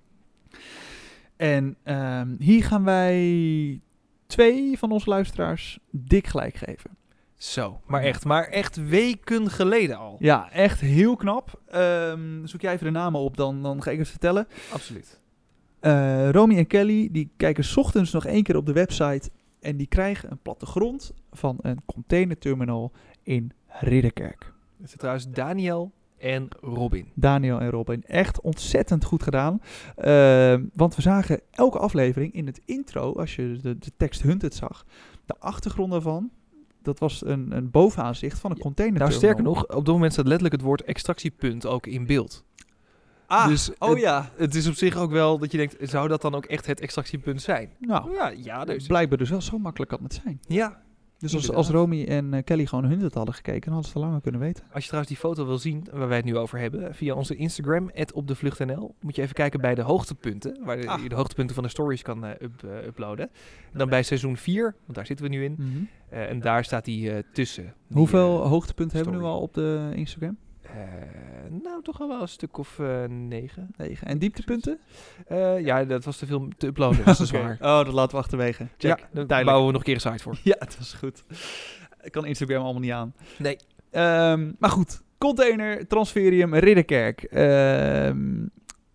[SPEAKER 1] En um, hier gaan wij twee van onze luisteraars dik gelijk geven.
[SPEAKER 2] Zo, maar echt, maar echt weken geleden al.
[SPEAKER 1] Ja, echt heel knap. Um, zoek jij even de namen op, dan, dan ga ik het vertellen.
[SPEAKER 2] Absoluut.
[SPEAKER 1] Uh, Romy en Kelly, die kijken 's ochtends nog één keer op de website en die krijgen een plattegrond van een containerterminal in Ridderkerk.
[SPEAKER 2] Het is trouwens Daniel en Robin.
[SPEAKER 1] Daniel en Robin. Echt ontzettend goed gedaan. Uh, want we zagen elke aflevering in het intro, als je de, de tekst Hunted zag, de achtergrond daarvan. Dat was een, een bovenaanzicht van een
[SPEAKER 2] ja,
[SPEAKER 1] containerterminal.
[SPEAKER 2] Nou, sterker nog, op dat moment staat letterlijk het woord extractiepunt ook in beeld.
[SPEAKER 1] Ah,
[SPEAKER 2] dus
[SPEAKER 1] oh
[SPEAKER 2] het,
[SPEAKER 1] ja.
[SPEAKER 2] Het is op zich ook wel dat je denkt, zou dat dan ook echt het extractiepunt zijn?
[SPEAKER 1] Nou,
[SPEAKER 2] ja, ja dus.
[SPEAKER 1] blijkbaar dus wel zo makkelijk kan het zijn.
[SPEAKER 2] Ja.
[SPEAKER 1] Dus als, als Romy en uh, Kelly gewoon hun het hadden gekeken, dan hadden ze het al langer kunnen weten.
[SPEAKER 2] Als je trouwens die foto wil zien, waar wij het nu over hebben, via onze Instagram, at op de vlucht n l, moet je even kijken bij de hoogtepunten, waar de, ah. je de hoogtepunten van de stories kan uh, up, uh, uploaden. En dan bij seizoen vier, want daar zitten we nu in,
[SPEAKER 1] mm-hmm.
[SPEAKER 2] uh, en daar staat die uh, tussen. Die,
[SPEAKER 1] Hoeveel
[SPEAKER 2] uh,
[SPEAKER 1] hoogtepunten
[SPEAKER 2] story.
[SPEAKER 1] hebben we nu al op de Instagram?
[SPEAKER 2] Uh, nou, toch al wel een stuk of uh, negen.
[SPEAKER 1] negen. En dieptepunten?
[SPEAKER 2] Uh, ja, dat was te veel te uploaden, dus dat is waar.
[SPEAKER 1] Oh, dat laten we achterwege. Check.
[SPEAKER 2] Ja, daar bouwen we nog een keer een site voor.
[SPEAKER 1] Ja, dat is goed. Ik kan Instagram allemaal niet aan.
[SPEAKER 2] Nee.
[SPEAKER 1] Um, maar goed, container, Transferium, Ridderkerk. Um,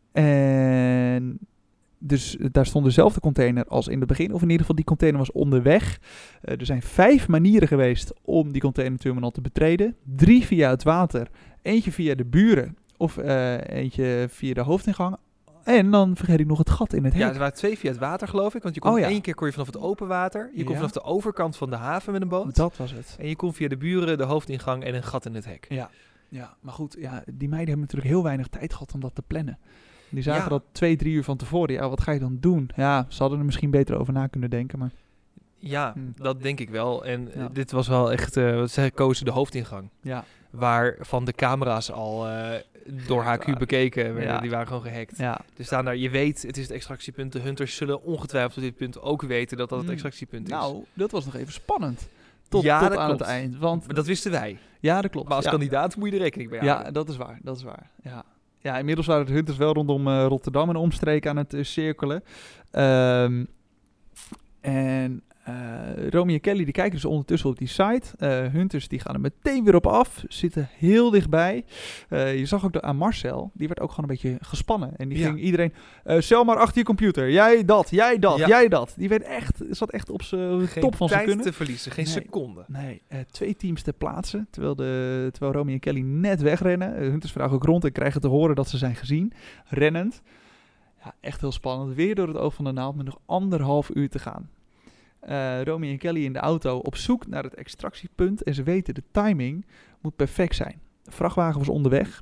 [SPEAKER 1] en dus daar stond dezelfde container als in het begin. Of in ieder geval, die container was onderweg. Uh, er zijn vijf manieren geweest om die containerterminal te betreden. Drie via het water, eentje via de buren of uh, eentje via de hoofdingang. En dan vergeet ik nog het gat in het hek.
[SPEAKER 2] Ja, er waren twee via het water, geloof ik. Want je kon
[SPEAKER 1] oh, ja.
[SPEAKER 2] één keer kon je vanaf het open water. Je kon
[SPEAKER 1] ja.
[SPEAKER 2] vanaf de overkant van de haven met een boot.
[SPEAKER 1] Dat was het.
[SPEAKER 2] En je kon via de buren, de hoofdingang en een gat in het hek.
[SPEAKER 1] Ja, ja maar goed, ja, die meiden hebben natuurlijk heel weinig tijd gehad om dat te plannen. Die zagen
[SPEAKER 2] ja.
[SPEAKER 1] dat twee, drie uur van tevoren. Ja, wat ga je dan doen? Ja, ze hadden er misschien beter over na kunnen denken, maar...
[SPEAKER 2] Ja, hm. dat denk ik wel. En
[SPEAKER 1] ja.
[SPEAKER 2] dit was wel echt... Uh, ze kozen de hoofdingang.
[SPEAKER 1] Ja.
[SPEAKER 2] Waarvan de camera's al uh, door H Q bekeken werden. Ja. Die waren gewoon gehackt.
[SPEAKER 1] Ja.
[SPEAKER 2] Dus staan daar, je weet, het is het extractiepunt. De hunters zullen ongetwijfeld op dit punt ook weten dat dat het extractiepunt is.
[SPEAKER 1] Nou, dat was nog even spannend. Tot,
[SPEAKER 2] ja,
[SPEAKER 1] tot
[SPEAKER 2] dat
[SPEAKER 1] aan
[SPEAKER 2] klopt.
[SPEAKER 1] het eind. Want
[SPEAKER 2] maar dat wisten wij.
[SPEAKER 1] Ja, dat klopt.
[SPEAKER 2] Maar als
[SPEAKER 1] ja.
[SPEAKER 2] kandidaat moet je er rekening bij
[SPEAKER 1] ja,
[SPEAKER 2] houden.
[SPEAKER 1] Ja, dat is waar. Dat is waar. Ja. Ja, inmiddels waren de hunters wel rondom uh, Rotterdam en omstreken aan het uh, cirkelen. Um, en Uh, Romy en Kelly die kijken dus ondertussen op die site. Uh, Hunters die gaan er meteen weer op af. Zitten heel dichtbij. Uh, je zag ook de, aan Marcel. Die werd ook gewoon een beetje gespannen. En die
[SPEAKER 2] Ja.
[SPEAKER 1] ging iedereen... Uh, Cel maar achter je computer. Jij dat, jij dat,
[SPEAKER 2] Ja.
[SPEAKER 1] jij dat. Die werd echt, zat echt op zijn
[SPEAKER 2] Geen
[SPEAKER 1] top van zijn
[SPEAKER 2] tijd
[SPEAKER 1] kunnen.
[SPEAKER 2] te verliezen, geen
[SPEAKER 1] Nee.
[SPEAKER 2] seconde.
[SPEAKER 1] Nee, uh, twee teams ter plaatse. Terwijl, de, terwijl Romy en Kelly net wegrennen. Uh, Hunters vragen ook rond en krijgen te horen dat ze zijn gezien. Rennend. Ja, echt heel spannend. Weer door het oog van de naald met nog anderhalf uur te gaan. Uh, Romy en Kelly in de auto op zoek naar het extractiepunt. En ze weten, de timing moet perfect zijn. De vrachtwagen was onderweg.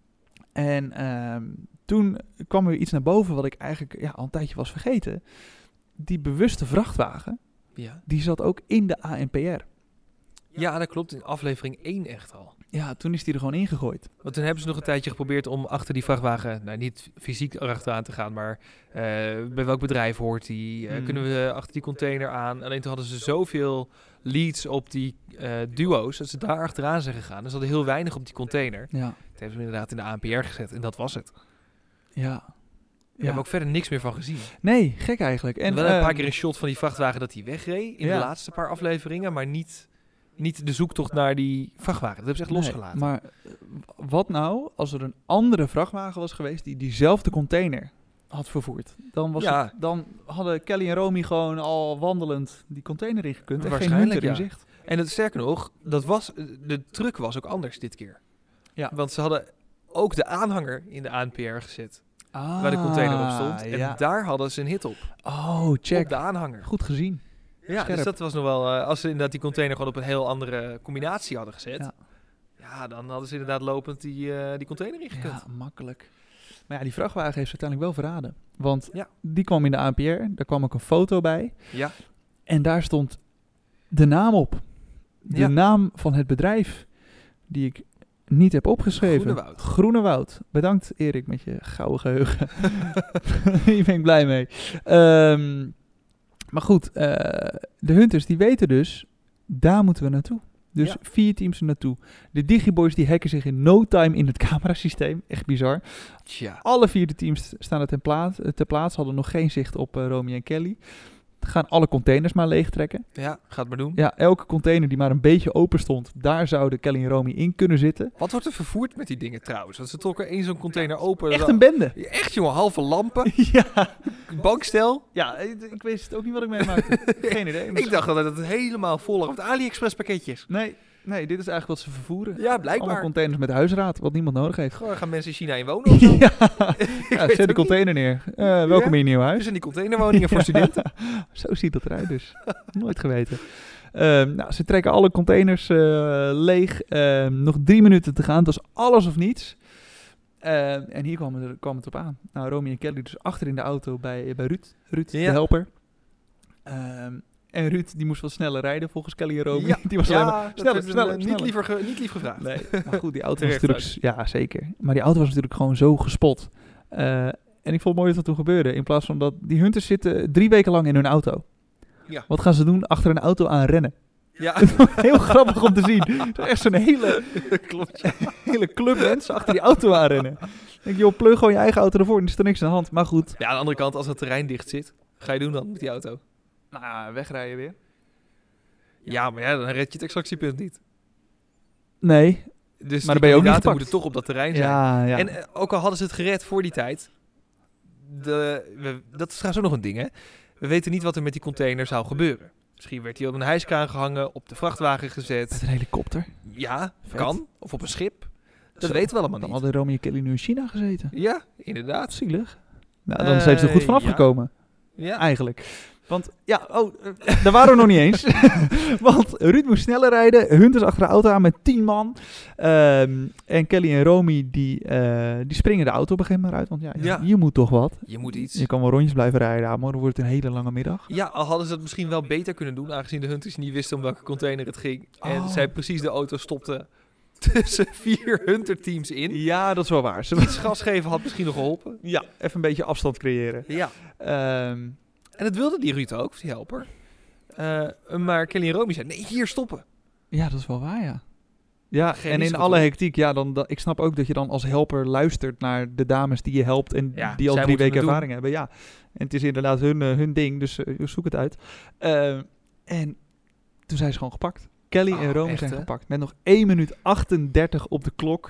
[SPEAKER 1] En uh, toen kwam er weer iets naar boven wat ik eigenlijk ja, al een tijdje was vergeten. Die bewuste vrachtwagen,
[SPEAKER 2] Ja.
[SPEAKER 1] die zat ook in de A N P R.
[SPEAKER 2] ja, dat klopt. In aflevering één echt al.
[SPEAKER 1] Ja, toen is die er gewoon ingegooid.
[SPEAKER 2] Want toen hebben ze nog een tijdje geprobeerd om achter die vrachtwagen, nou niet fysiek erachteraan te gaan, maar uh, bij welk bedrijf hoort die? Uh,
[SPEAKER 1] Mm.
[SPEAKER 2] Kunnen we achter die container aan? Alleen toen hadden ze zoveel leads op die uh, duo's dat ze daar achteraan zijn gegaan. Dus ze hadden heel weinig op die container.
[SPEAKER 1] Ja,
[SPEAKER 2] Dat hebben ze inderdaad in de A N P R gezet en dat was het.
[SPEAKER 1] ja.
[SPEAKER 2] We hebben ook verder niks meer van gezien.
[SPEAKER 1] Nee, gek eigenlijk. En
[SPEAKER 2] En wel een
[SPEAKER 1] uh,
[SPEAKER 2] paar keer een shot van die vrachtwagen dat hij wegreed in
[SPEAKER 1] Ja.
[SPEAKER 2] de laatste paar afleveringen, maar niet, niet de zoektocht naar die vrachtwagen. Dat hebben ze echt
[SPEAKER 1] nee,
[SPEAKER 2] losgelaten.
[SPEAKER 1] Maar uh, wat nou als er een andere vrachtwagen was geweest die diezelfde container had vervoerd? Dan, was
[SPEAKER 2] Ja.
[SPEAKER 1] het, dan hadden Kelly en Romy gewoon al wandelend die container ingekund en geen
[SPEAKER 2] Waarschijnlijk,
[SPEAKER 1] Hunter in
[SPEAKER 2] ja.
[SPEAKER 1] zicht.
[SPEAKER 2] En het, sterker nog, dat was, de truck was ook anders dit keer.
[SPEAKER 1] Ja.
[SPEAKER 2] Want ze hadden ook de aanhanger in de A N P R gezet,
[SPEAKER 1] Ah,
[SPEAKER 2] waar de container op stond. En
[SPEAKER 1] ja.
[SPEAKER 2] daar hadden ze een hit op,
[SPEAKER 1] Oh,
[SPEAKER 2] op
[SPEAKER 1] check.
[SPEAKER 2] de aanhanger.
[SPEAKER 1] Goed gezien.
[SPEAKER 2] Ja,
[SPEAKER 1] scherp.
[SPEAKER 2] dus dat was nog wel, uh, als ze inderdaad die container gewoon op een heel andere combinatie hadden gezet.
[SPEAKER 1] Ja.
[SPEAKER 2] Ja, dan hadden ze inderdaad lopend die, uh, die container ingekund.
[SPEAKER 1] Ja, makkelijk. Maar ja, die vrachtwagen heeft ze uiteindelijk wel verraden. Want
[SPEAKER 2] Ja.
[SPEAKER 1] die kwam in de A N P R, daar kwam ook een foto bij.
[SPEAKER 2] Ja.
[SPEAKER 1] En daar stond de naam op. De
[SPEAKER 2] Ja.
[SPEAKER 1] naam van het bedrijf die ik niet heb opgeschreven.
[SPEAKER 2] Groenewoud.
[SPEAKER 1] Groenewoud. Bedankt Erik met je gouden geheugen. Hier ben ik blij mee. Um, maar goed, uh, de Hunters die weten dus, daar moeten we naartoe. Dus
[SPEAKER 2] Ja.
[SPEAKER 1] vier teams er naartoe. De Digiboys die hacken zich in no time in het camerasysteem. Echt bizar.
[SPEAKER 2] Tja.
[SPEAKER 1] Alle vier de teams staan er ten plaats, ter plaats. Hadden nog geen zicht op uh, Romy en Kelly. Gaan alle containers maar leegtrekken.
[SPEAKER 2] Ja, ga het maar doen.
[SPEAKER 1] Ja, elke container die maar een beetje open stond, daar zouden Kelly en Romy in kunnen zitten.
[SPEAKER 2] Wat wordt er vervoerd met die dingen trouwens? Want ze trokken één zo'n container open.
[SPEAKER 1] Echt
[SPEAKER 2] Dan-
[SPEAKER 1] een bende.
[SPEAKER 2] Ja, echt jongen, halve lampen,
[SPEAKER 1] Ja,
[SPEAKER 2] bankstel.
[SPEAKER 1] ja ik, ik wist ook niet wat ik meemaakte. Geen idee.
[SPEAKER 2] Ik dacht dat het helemaal vol lag met AliExpress pakketjes.
[SPEAKER 1] Nee, nee, dit is eigenlijk wat ze vervoeren.
[SPEAKER 2] Ja,
[SPEAKER 1] Allemaal
[SPEAKER 2] blijkbaar.
[SPEAKER 1] containers met huisraad, wat niemand nodig heeft.
[SPEAKER 2] Gewoon gaan mensen in China in wonen of zo?
[SPEAKER 1] Ja,
[SPEAKER 2] Ik
[SPEAKER 1] ja
[SPEAKER 2] weet
[SPEAKER 1] zet de
[SPEAKER 2] ook
[SPEAKER 1] container neer. Uh, welkom
[SPEAKER 2] Ja?
[SPEAKER 1] in je nieuw
[SPEAKER 2] niet.
[SPEAKER 1] huis.
[SPEAKER 2] Dus in die containerwoningen voor
[SPEAKER 1] Ja.
[SPEAKER 2] studenten.
[SPEAKER 1] Zo ziet dat eruit dus. Nooit geweten. Ehm, nou, ze trekken alle containers uh, leeg. Ehm, nog drie minuten te gaan. Het was alles of niets. Ehm, en hier kwam het, kwam het op aan. Nou, Romy en Kelly dus achter in de auto bij, bij Ruud. Ruud,
[SPEAKER 2] Ja.
[SPEAKER 1] de helper. Ehm, en Ruud die moest wat sneller rijden volgens Kelly en Romy.
[SPEAKER 2] Ja,
[SPEAKER 1] Die was alleen maar
[SPEAKER 2] ja, dat
[SPEAKER 1] sneller,
[SPEAKER 2] werd,
[SPEAKER 1] sneller,
[SPEAKER 2] eh,
[SPEAKER 1] sneller.
[SPEAKER 2] Niet, liever ge- niet lief gevraagd.
[SPEAKER 1] Nee, maar goed, die auto was
[SPEAKER 2] Terecht
[SPEAKER 1] natuurlijk... Ja, zeker. Maar die auto was natuurlijk gewoon zo gespot. Uh, en ik vond het mooi dat dat toen gebeurde. In plaats van dat... Die Hunters zitten drie weken lang in hun auto.
[SPEAKER 2] Ja.
[SPEAKER 1] Wat gaan ze doen? Achter een auto aan rennen.
[SPEAKER 2] Ja,
[SPEAKER 1] Heel grappig om te zien. Het is echt zo'n hele,
[SPEAKER 2] klopt. Ja.
[SPEAKER 1] hele club mensen achter die auto aan rennen. Ik denk, joh, plug gewoon je eigen auto ervoor. Er is er niks aan de hand. Maar goed.
[SPEAKER 2] Ja, aan de andere kant, als het terrein dicht zit, ga je doen dan met die auto?
[SPEAKER 1] Nou ja, wegrijden weer.
[SPEAKER 2] Ja, maar ja, dan red je het extractiepunt niet.
[SPEAKER 1] Nee.
[SPEAKER 2] Dus
[SPEAKER 1] Maar dan
[SPEAKER 2] die
[SPEAKER 1] ben je ook niet
[SPEAKER 2] kandidaten
[SPEAKER 1] gepakt.
[SPEAKER 2] moeten toch op dat terrein zijn.
[SPEAKER 1] Ja, ja.
[SPEAKER 2] En uh, ook al hadden ze het gered voor die tijd, de, we, dat is trouwens ook nog een ding, hè. We weten niet wat er met die container zou gebeuren. Misschien werd hij op een hijskraan gehangen, op de vrachtwagen gezet.
[SPEAKER 1] Met een helikopter.
[SPEAKER 2] Ja,
[SPEAKER 1] Vet.
[SPEAKER 2] kan. Of op een schip. Dat
[SPEAKER 1] Zo,
[SPEAKER 2] weten we allemaal
[SPEAKER 1] Dan
[SPEAKER 2] niet.
[SPEAKER 1] hadden Romy en Kelly nu in China gezeten.
[SPEAKER 2] Ja, inderdaad.
[SPEAKER 1] Zielig. Nou, dan zijn ze er goed
[SPEAKER 2] Eh,
[SPEAKER 1] vanaf
[SPEAKER 2] ja.
[SPEAKER 1] gekomen.
[SPEAKER 2] Ja.
[SPEAKER 1] Eigenlijk. Want, ja, oh, uh, daar waren we nog niet eens. Want Ruud moest sneller rijden. Hunters achter de auto aan met tien man. Um, en Kelly en Romy, die, uh, die springen de auto op een gegeven moment uit. Want ja,
[SPEAKER 2] Ja.
[SPEAKER 1] je moet toch wat.
[SPEAKER 2] Je moet iets.
[SPEAKER 1] Je kan wel rondjes blijven rijden, maar dan wordt het een hele lange middag.
[SPEAKER 2] Ja, al hadden ze het misschien wel beter kunnen doen, aangezien de Hunters niet wisten om welke container het ging. En
[SPEAKER 1] Oh.
[SPEAKER 2] zij precies de auto stopten tussen vier Hunter-teams in.
[SPEAKER 1] Ja, dat is wel waar. Ze
[SPEAKER 2] Iets gas geven had misschien nog geholpen.
[SPEAKER 1] ja, even een beetje afstand creëren.
[SPEAKER 2] Ja.
[SPEAKER 1] Um,
[SPEAKER 2] En dat wilde die Ruud ook, die helper. Uh, maar Kelly en Romy zeiden, nee, hier stoppen.
[SPEAKER 1] ja, dat is wel waar, ja. Ja,
[SPEAKER 2] Geen
[SPEAKER 1] en in
[SPEAKER 2] risico,
[SPEAKER 1] alle
[SPEAKER 2] toch?
[SPEAKER 1] hectiek, ja, dan, da, ik snap ook dat je dan als helper luistert naar de dames die je helpt en
[SPEAKER 2] Ja,
[SPEAKER 1] die al
[SPEAKER 2] zij
[SPEAKER 1] drie
[SPEAKER 2] moeten
[SPEAKER 1] weken
[SPEAKER 2] het doen.
[SPEAKER 1] ervaring hebben. Ja, en het is inderdaad hun, uh, hun ding, dus uh, zoek het uit. Uh, En toen zijn ze gewoon gepakt. Kelly
[SPEAKER 2] Oh,
[SPEAKER 1] en Romy
[SPEAKER 2] echt,
[SPEAKER 1] zijn
[SPEAKER 2] hè?
[SPEAKER 1] gepakt. Met nog één minuut achtendertig op de klok.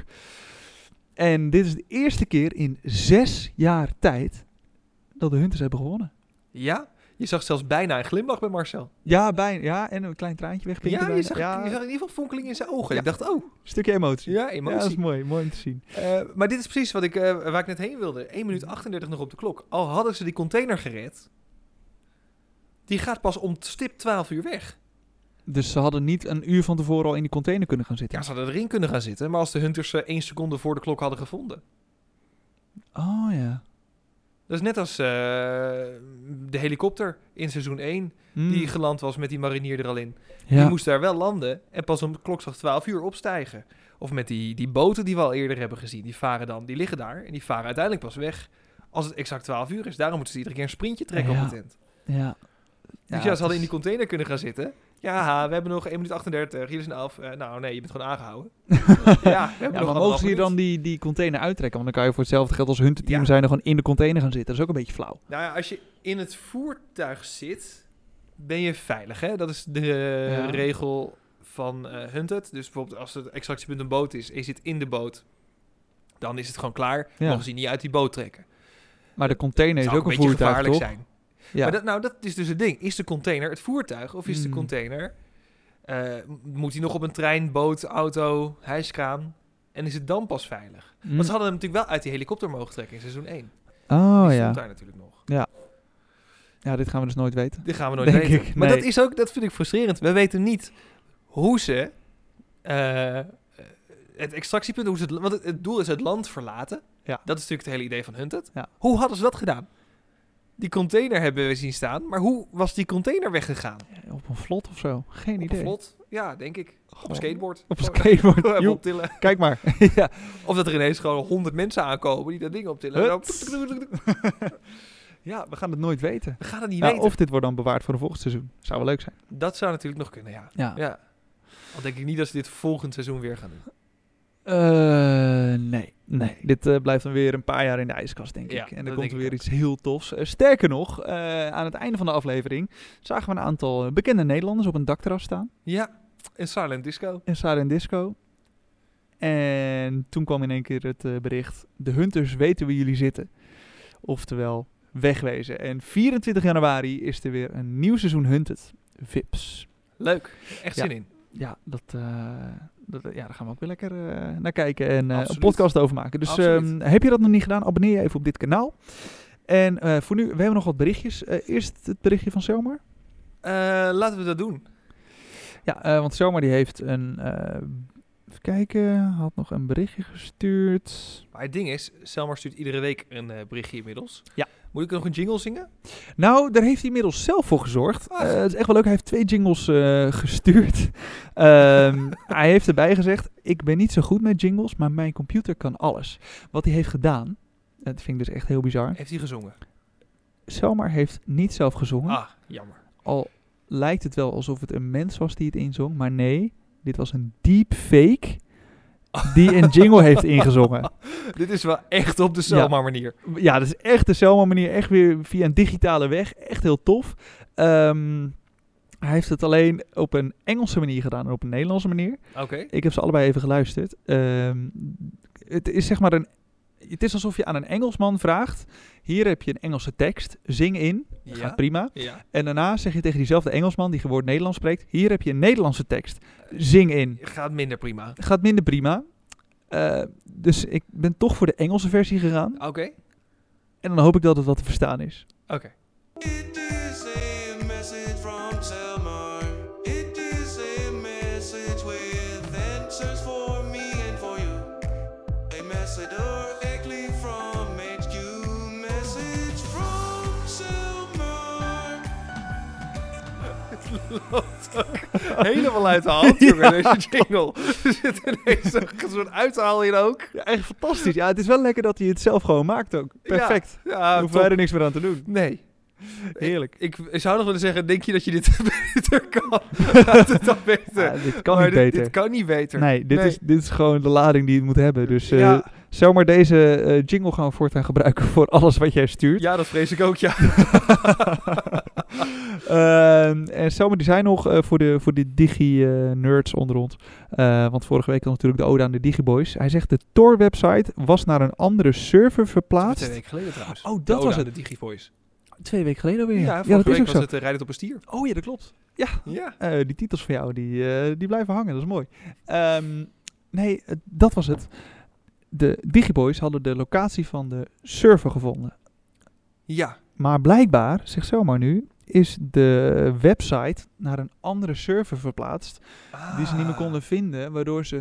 [SPEAKER 1] En dit is de eerste keer in zes jaar tijd dat de Hunters hebben gewonnen.
[SPEAKER 2] Ja? Je zag zelfs bijna een glimlach bij Marcel.
[SPEAKER 1] Ja, bijna. Ja, en een klein traantje wegpinken.
[SPEAKER 2] Ja, je
[SPEAKER 1] bijna.
[SPEAKER 2] zag,
[SPEAKER 1] ja,
[SPEAKER 2] je zag in ieder geval fonkeling in zijn ogen.
[SPEAKER 1] Ja.
[SPEAKER 2] Ik dacht, oh,
[SPEAKER 1] een stukje emotie.
[SPEAKER 2] ja,
[SPEAKER 1] Ja,
[SPEAKER 2] emotie.
[SPEAKER 1] dat is mooi. Mooi om te zien.
[SPEAKER 2] Eh, maar dit is precies wat ik, eh, waar ik net heen wilde. één minuut achtendertig nog op de klok. Al hadden ze die container gered, die gaat pas om stip twaalf uur weg.
[SPEAKER 1] Dus ze hadden niet een uur van tevoren al in die container kunnen gaan zitten.
[SPEAKER 2] Ja, ze hadden erin kunnen gaan zitten, maar als de Hunters eh, één seconde voor de klok hadden gevonden.
[SPEAKER 1] Oh ja.
[SPEAKER 2] Dat is net als eh, de helikopter in seizoen één,
[SPEAKER 1] Mm.
[SPEAKER 2] die geland was met die marinier er al in.
[SPEAKER 1] ja.
[SPEAKER 2] Die moest daar wel landen en pas om de klokslag twaalf uur opstijgen. Of met die, die boten die we al eerder hebben gezien. Die varen dan, die liggen daar en die varen uiteindelijk pas weg als het exact twaalf uur is. Daarom moeten ze iedere keer een sprintje trekken
[SPEAKER 1] Ja.
[SPEAKER 2] op de tent.
[SPEAKER 1] Ja.
[SPEAKER 2] Dus ja, ze hadden in die container kunnen gaan zitten. Ja, we hebben nog één minuut achtendertig, hier is een elf. Uh, nou nee, je bent gewoon aangehouden. ja, we hebben
[SPEAKER 1] Ja,
[SPEAKER 2] nog
[SPEAKER 1] maar
[SPEAKER 2] anderhalf
[SPEAKER 1] mogen ze hier
[SPEAKER 2] minuut.
[SPEAKER 1] dan die, die container uittrekken? Want dan kan je voor hetzelfde geld als hun team
[SPEAKER 2] Ja.
[SPEAKER 1] zijn er gewoon in de container gaan zitten. Dat is ook een beetje flauw.
[SPEAKER 2] Nou ja, als je in het voertuig zit, ben je veilig, hè? Dat is de
[SPEAKER 1] Ja.
[SPEAKER 2] regel van uh, Hunted. Dus bijvoorbeeld als het extractiepunt een boot is en je zit in de boot, dan is het gewoon klaar.
[SPEAKER 1] Ja.
[SPEAKER 2] Mogen ze je niet uit die boot trekken.
[SPEAKER 1] Maar de container is
[SPEAKER 2] Zou
[SPEAKER 1] ook een
[SPEAKER 2] een beetje
[SPEAKER 1] voertuig,
[SPEAKER 2] gevaarlijk
[SPEAKER 1] toch?
[SPEAKER 2] zijn.
[SPEAKER 1] Ja.
[SPEAKER 2] Maar dat, nou, dat is dus het ding. Is de container het voertuig of is de
[SPEAKER 1] Mm.
[SPEAKER 2] container... uh, moet hij nog op een trein, boot, auto, hijskraan? En is het dan pas veilig?
[SPEAKER 1] Mm.
[SPEAKER 2] Want ze hadden hem natuurlijk wel uit die helikopter mogen trekken in seizoen één.
[SPEAKER 1] Oh
[SPEAKER 2] die
[SPEAKER 1] ja.
[SPEAKER 2] stond daar natuurlijk nog.
[SPEAKER 1] Ja, dit gaan we dus nooit weten.
[SPEAKER 2] Dit gaan we nooit
[SPEAKER 1] Denk
[SPEAKER 2] weten.
[SPEAKER 1] ik,
[SPEAKER 2] Maar
[SPEAKER 1] nee.
[SPEAKER 2] dat is ook, dat vind ik frustrerend. We weten niet hoe ze uh, het extractiepunt, hoe ze het, want het, het doel is het land verlaten.
[SPEAKER 1] Ja.
[SPEAKER 2] Dat is natuurlijk het hele idee van Hunted.
[SPEAKER 1] Ja.
[SPEAKER 2] Hoe hadden ze dat gedaan? Die container hebben we zien staan, maar hoe was die container weggegaan?
[SPEAKER 1] Ja, op een vlot of zo. Geen
[SPEAKER 2] Op
[SPEAKER 1] idee.
[SPEAKER 2] een vlot? Ja, denk ik. Op
[SPEAKER 1] Goh.
[SPEAKER 2] een skateboard.
[SPEAKER 1] Op een
[SPEAKER 2] Gewoon-
[SPEAKER 1] skateboard.
[SPEAKER 2] Even
[SPEAKER 1] Joep,
[SPEAKER 2] optillen.
[SPEAKER 1] kijk maar. ja.
[SPEAKER 2] Of dat er ineens gewoon honderd mensen aankomen die dat ding optillen.
[SPEAKER 1] Hut.
[SPEAKER 2] En dan-
[SPEAKER 1] ja, we gaan het nooit weten.
[SPEAKER 2] We gaan het niet
[SPEAKER 1] Ja,
[SPEAKER 2] weten.
[SPEAKER 1] of dit wordt dan bewaard voor een volgend seizoen. Zou wel leuk zijn.
[SPEAKER 2] Dat zou natuurlijk nog kunnen, ja.
[SPEAKER 1] Ja.
[SPEAKER 2] ja. Al denk ik niet dat ze dit volgend seizoen weer gaan doen.
[SPEAKER 1] Eh, nee, nee. Dit eh, blijft dan weer een paar jaar in de ijskast, denk
[SPEAKER 2] Ja,
[SPEAKER 1] ik. En
[SPEAKER 2] dat
[SPEAKER 1] er komt
[SPEAKER 2] denk
[SPEAKER 1] er
[SPEAKER 2] ik
[SPEAKER 1] weer
[SPEAKER 2] ook.
[SPEAKER 1] iets heel tofs. Eh, sterker nog, eh, aan het einde van de aflevering zagen we een aantal eh, bekende Nederlanders op een dakterras staan.
[SPEAKER 2] Ja, en Silent Disco.
[SPEAKER 1] In Silent Disco. En toen kwam in één keer het eh, bericht: de Hunters weten waar jullie zitten. Oftewel, wegwezen. En vierentwintig januari is er weer een nieuw seizoen Hunted. V I Ps.
[SPEAKER 2] Leuk. Echt
[SPEAKER 1] Ja.
[SPEAKER 2] zin in.
[SPEAKER 1] Ja, dat, eh, dat, ja, daar gaan we ook weer lekker eh, naar kijken en eh, een
[SPEAKER 2] Absoluut.
[SPEAKER 1] podcast over maken. Dus
[SPEAKER 2] Absoluut.
[SPEAKER 1] ehm, heb je dat nog niet gedaan, abonneer je even op dit kanaal. En eh, voor nu, we hebben nog wat berichtjes. Eh, eerst het berichtje van Selmar.
[SPEAKER 2] Eh, laten we dat doen.
[SPEAKER 1] Ja, eh, want Selmar die heeft een, eh, even kijken, had nog een berichtje gestuurd.
[SPEAKER 2] Maar het ding is, Selmar stuurt iedere week een eh, berichtje inmiddels.
[SPEAKER 1] Ja.
[SPEAKER 2] Moet ik nog een jingle zingen?
[SPEAKER 1] Nou, daar heeft hij inmiddels zelf voor gezorgd.
[SPEAKER 2] Ach.
[SPEAKER 1] Eh, het is echt wel leuk. Hij heeft twee jingles eh, gestuurd. Ehm, hij heeft erbij gezegd: ik ben niet zo goed met jingles, maar mijn computer kan alles. Wat hij heeft gedaan, dat vind ik dus echt heel bizar.
[SPEAKER 2] Heeft hij gezongen?
[SPEAKER 1] Selmar heeft niet zelf gezongen.
[SPEAKER 2] Ah, jammer.
[SPEAKER 1] Al lijkt het wel alsof het een mens was die het inzong, maar nee, dit was een deepfake die een jingle heeft ingezongen.
[SPEAKER 2] Dit is wel echt op de Selmar manier.
[SPEAKER 1] Ja, dat is echt de Selmar manier. Echt weer via een digitale weg. Echt heel tof. Ehm, hij heeft het alleen op een Engelse manier gedaan en op een Nederlandse manier.
[SPEAKER 2] Oké.
[SPEAKER 1] Ik heb ze allebei even geluisterd. Ehm, het is zeg maar een... Het is alsof je aan een Engelsman vraagt: hier heb je een Engelse tekst, zing in. Dat
[SPEAKER 2] Ja.
[SPEAKER 1] gaat prima.
[SPEAKER 2] Ja.
[SPEAKER 1] En daarna zeg je tegen diezelfde Engelsman die gewoon Nederlands spreekt: hier heb je een Nederlandse tekst, zing in.
[SPEAKER 2] Gaat minder prima.
[SPEAKER 1] Gaat minder prima. Uh, dus ik ben toch voor de Engelse versie gegaan.
[SPEAKER 2] Oké.
[SPEAKER 1] En dan hoop ik dat het wat te verstaan is.
[SPEAKER 2] Oké.
[SPEAKER 4] It is a message from Selmar. It is a message with answers for me and for you. A message directly from H Q. Message from Selmar.
[SPEAKER 2] Het loopt ook helemaal uit de hand, jongen, deze jingle. Er zit ineens een soort uithaal in ook.
[SPEAKER 1] Ja, echt fantastisch. Ja, het is wel lekker dat hij het zelf gewoon maakt ook. Perfect.
[SPEAKER 2] Ja,
[SPEAKER 1] Dan
[SPEAKER 2] ja
[SPEAKER 1] hoeven wij
[SPEAKER 2] top.
[SPEAKER 1] er niks meer aan te doen.
[SPEAKER 2] Nee.
[SPEAKER 1] Heerlijk.
[SPEAKER 2] Ik, ik zou nog willen zeggen, denk je dat je dit beter kan? Laat het dan beter.
[SPEAKER 1] Ja, dit kan
[SPEAKER 2] Maar
[SPEAKER 1] niet
[SPEAKER 2] dit,
[SPEAKER 1] beter.
[SPEAKER 2] Dit kan niet beter.
[SPEAKER 1] Nee, dit,
[SPEAKER 2] Nee.
[SPEAKER 1] Is, dit is gewoon de lading die het moet hebben. Dus uh,
[SPEAKER 2] Ja.
[SPEAKER 1] zou maar deze uh, jingle gaan we voortaan gebruiken voor alles wat jij stuurt.
[SPEAKER 2] Ja, dat vrees ik ook, ja.
[SPEAKER 1] uh, en Selma die zei nog uh, voor de, voor de digi-nerds uh, onder ons. Uh, want vorige week had natuurlijk de ode aan de Digiboys. Hij zegt de Tor-website was naar een andere server verplaatst.
[SPEAKER 2] Twee weken geleden trouwens.
[SPEAKER 1] Oh, dat was het.
[SPEAKER 2] De Digivoice.
[SPEAKER 1] Twee weken geleden alweer.
[SPEAKER 2] Ja,
[SPEAKER 1] Ja,
[SPEAKER 2] vorige
[SPEAKER 1] dat is
[SPEAKER 2] week
[SPEAKER 1] ook
[SPEAKER 2] was
[SPEAKER 1] zo.
[SPEAKER 2] het uh, Rijdend op een stier.
[SPEAKER 1] Oh ja, dat klopt. Ja,
[SPEAKER 2] Ja.
[SPEAKER 1] uh, die titels van jou, die, uh, die blijven hangen. Dat is mooi. Um, nee, uh, dat was het. De Digiboys hadden de locatie van de server gevonden.
[SPEAKER 2] Ja.
[SPEAKER 1] Maar blijkbaar, zegt zomaar nu, is de website naar een andere server verplaatst.
[SPEAKER 2] Ah.
[SPEAKER 1] Die ze niet meer konden vinden, waardoor ze...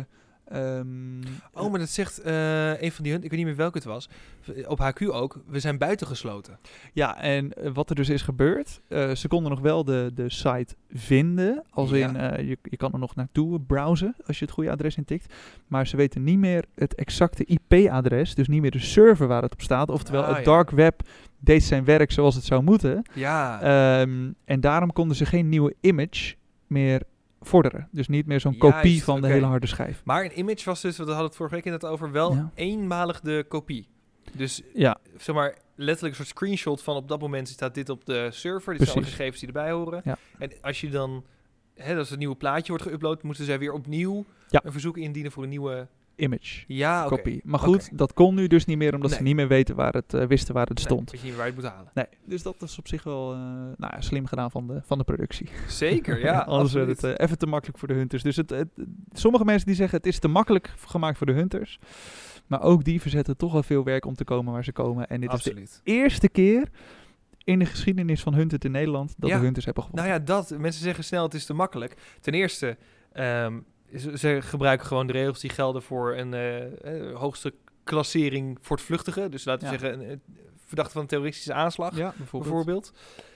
[SPEAKER 1] Um,
[SPEAKER 2] Oh, maar dat zegt uh, een van die hun, ik weet niet meer welke het was, op H Q ook, we zijn buitengesloten.
[SPEAKER 1] Ja, en uh, wat er dus is gebeurd, uh, ze konden nog wel de, de site vinden, als
[SPEAKER 2] Ja.
[SPEAKER 1] in, uh, je, je kan er nog naartoe browsen als je het goede adres intikt, maar ze weten niet meer het exacte I P-adres, dus niet meer de server waar het op staat, oftewel
[SPEAKER 2] Ah,
[SPEAKER 1] het
[SPEAKER 2] ja.
[SPEAKER 1] dark web deed zijn werk zoals het zou moeten.
[SPEAKER 2] Ja.
[SPEAKER 1] Um, en daarom konden ze geen nieuwe image meer vorderen. Dus niet meer zo'n
[SPEAKER 2] Juist,
[SPEAKER 1] kopie van
[SPEAKER 2] oké.
[SPEAKER 1] de hele harde schijf.
[SPEAKER 2] Maar een image was dus, we hadden het vorige week inderdaad over, wel
[SPEAKER 1] Ja.
[SPEAKER 2] eenmalig de kopie. Dus
[SPEAKER 1] Ja,
[SPEAKER 2] zeg maar letterlijk een soort screenshot van op dat moment staat dit op de server. Dit zijn alle
[SPEAKER 1] Precies.
[SPEAKER 2] gegevens die erbij horen.
[SPEAKER 1] Ja.
[SPEAKER 2] En als je dan, hè, als het nieuwe plaatje wordt geüpload, moeten zij weer opnieuw
[SPEAKER 1] Ja.
[SPEAKER 2] een verzoek indienen voor een nieuwe...
[SPEAKER 1] image.
[SPEAKER 2] Ja, oké.
[SPEAKER 1] Kopie. Maar goed,
[SPEAKER 2] Oké.
[SPEAKER 1] dat kon nu dus niet meer, omdat
[SPEAKER 2] Nee.
[SPEAKER 1] ze niet meer weten waar het, uh, wisten waar het
[SPEAKER 2] Nee,
[SPEAKER 1] stond.
[SPEAKER 2] weet je niet meer waar je het moet halen.
[SPEAKER 1] Nee, dus dat is op zich wel uh, nou, ja, slim gedaan van de, van de productie.
[SPEAKER 2] Zeker, ja.
[SPEAKER 1] Anders werd
[SPEAKER 2] absoluut.
[SPEAKER 1] het uh, even te makkelijk voor de hunters. Dus het, het, sommige mensen die zeggen het is te makkelijk gemaakt voor de hunters. Maar ook die verzetten toch wel veel werk om te komen waar ze komen. En dit is
[SPEAKER 2] Absoluut.
[SPEAKER 1] de eerste keer in de geschiedenis van Hunters in Nederland dat
[SPEAKER 2] Ja.
[SPEAKER 1] de hunters hebben gewonnen.
[SPEAKER 2] Nou ja, dat. Mensen zeggen snel, het is te makkelijk. Ten eerste, um, ze, ze gebruiken gewoon de regels die gelden voor een uh, uh, hoogste klassering voor het vluchtigen. Dus laten we
[SPEAKER 1] Ja.
[SPEAKER 2] zeggen, een, een verdachte van een terroristische aanslag,
[SPEAKER 1] Ja, bijvoorbeeld.
[SPEAKER 2] bijvoorbeeld.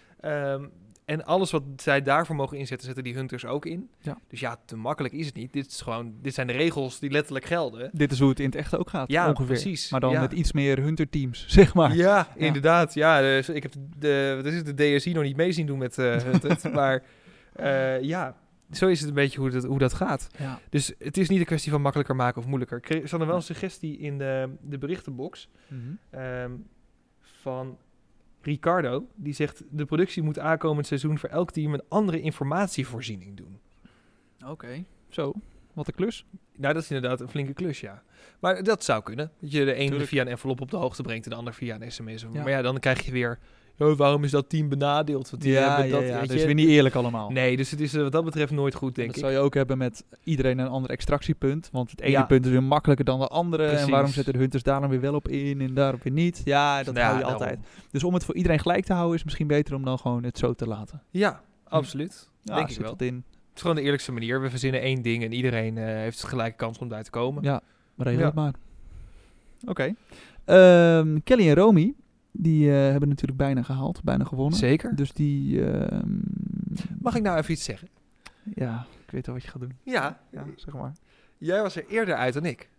[SPEAKER 2] Um, en alles wat zij daarvoor mogen inzetten, zetten die hunters ook in.
[SPEAKER 1] Ja.
[SPEAKER 2] Dus ja, te makkelijk is het niet. Dit, is gewoon, dit zijn de regels die letterlijk gelden.
[SPEAKER 1] Dit is hoe het in het echt ook gaat,
[SPEAKER 2] Ja,
[SPEAKER 1] ongeveer.
[SPEAKER 2] precies.
[SPEAKER 1] Maar dan
[SPEAKER 2] Ja.
[SPEAKER 1] met iets meer hunterteams, zeg maar.
[SPEAKER 2] Ja, inderdaad. Ja, dus ik heb de, wat is het, de D S I nog niet mee zien doen met uh, Hunted. maar uh, ja, zo is het een beetje hoe dat, hoe dat gaat.
[SPEAKER 1] Ja.
[SPEAKER 2] Dus het is niet een kwestie van makkelijker maken of moeilijker. Ik kreeg- Er zat er wel een suggestie in de, de berichtenbox
[SPEAKER 1] Mhm.
[SPEAKER 2] um, van Ricardo. Die zegt, de productie moet aankomend seizoen voor elk team een andere informatievoorziening doen.
[SPEAKER 1] Oké, zo. Wat een klus.
[SPEAKER 2] Nou, dat is inderdaad een flinke klus, ja. Maar dat zou kunnen. Dat je de ene
[SPEAKER 1] Tuurlijk.
[SPEAKER 2] via een envelop op de hoogte brengt en de ander via een sms.
[SPEAKER 1] Ja.
[SPEAKER 2] Maar ja, dan krijg je weer... Oh, waarom is dat team benadeeld? Want die hebben dat, weet
[SPEAKER 1] dat
[SPEAKER 2] je.
[SPEAKER 1] is weer niet eerlijk allemaal.
[SPEAKER 2] Nee, dus het is uh, wat dat betreft nooit goed, denk
[SPEAKER 1] dat
[SPEAKER 2] ik.
[SPEAKER 1] zou je ook hebben met iedereen een ander extractiepunt. Want het ene
[SPEAKER 2] Ja.
[SPEAKER 1] punt is weer makkelijker dan de andere.
[SPEAKER 2] Precies.
[SPEAKER 1] En waarom zetten de hunters daar dan weer wel op in en daarop weer niet? Ja, dat
[SPEAKER 2] Ja,
[SPEAKER 1] hou je
[SPEAKER 2] daarom.
[SPEAKER 1] altijd. Dus om het voor iedereen gelijk te houden is misschien beter om dan gewoon het zo te laten.
[SPEAKER 2] Ja, absoluut.
[SPEAKER 1] Ja,
[SPEAKER 2] denk ik
[SPEAKER 1] zit
[SPEAKER 2] wel.
[SPEAKER 1] het in.
[SPEAKER 2] Het is gewoon de eerlijkste manier. We verzinnen één ding en iedereen uh, heeft gelijke kans om daar te komen.
[SPEAKER 1] Ja, regel
[SPEAKER 2] Ja.
[SPEAKER 1] het maar. Oké. Ehm, Kelly en Romy, die uh, hebben natuurlijk bijna gehaald, bijna gewonnen.
[SPEAKER 2] Zeker.
[SPEAKER 1] Dus die... ehm,
[SPEAKER 2] Mag ik nou even iets zeggen?
[SPEAKER 1] Ja, ik weet al wat je gaat doen.
[SPEAKER 2] Ja,
[SPEAKER 1] Ja, zeg maar.
[SPEAKER 2] jij was er eerder uit dan ik.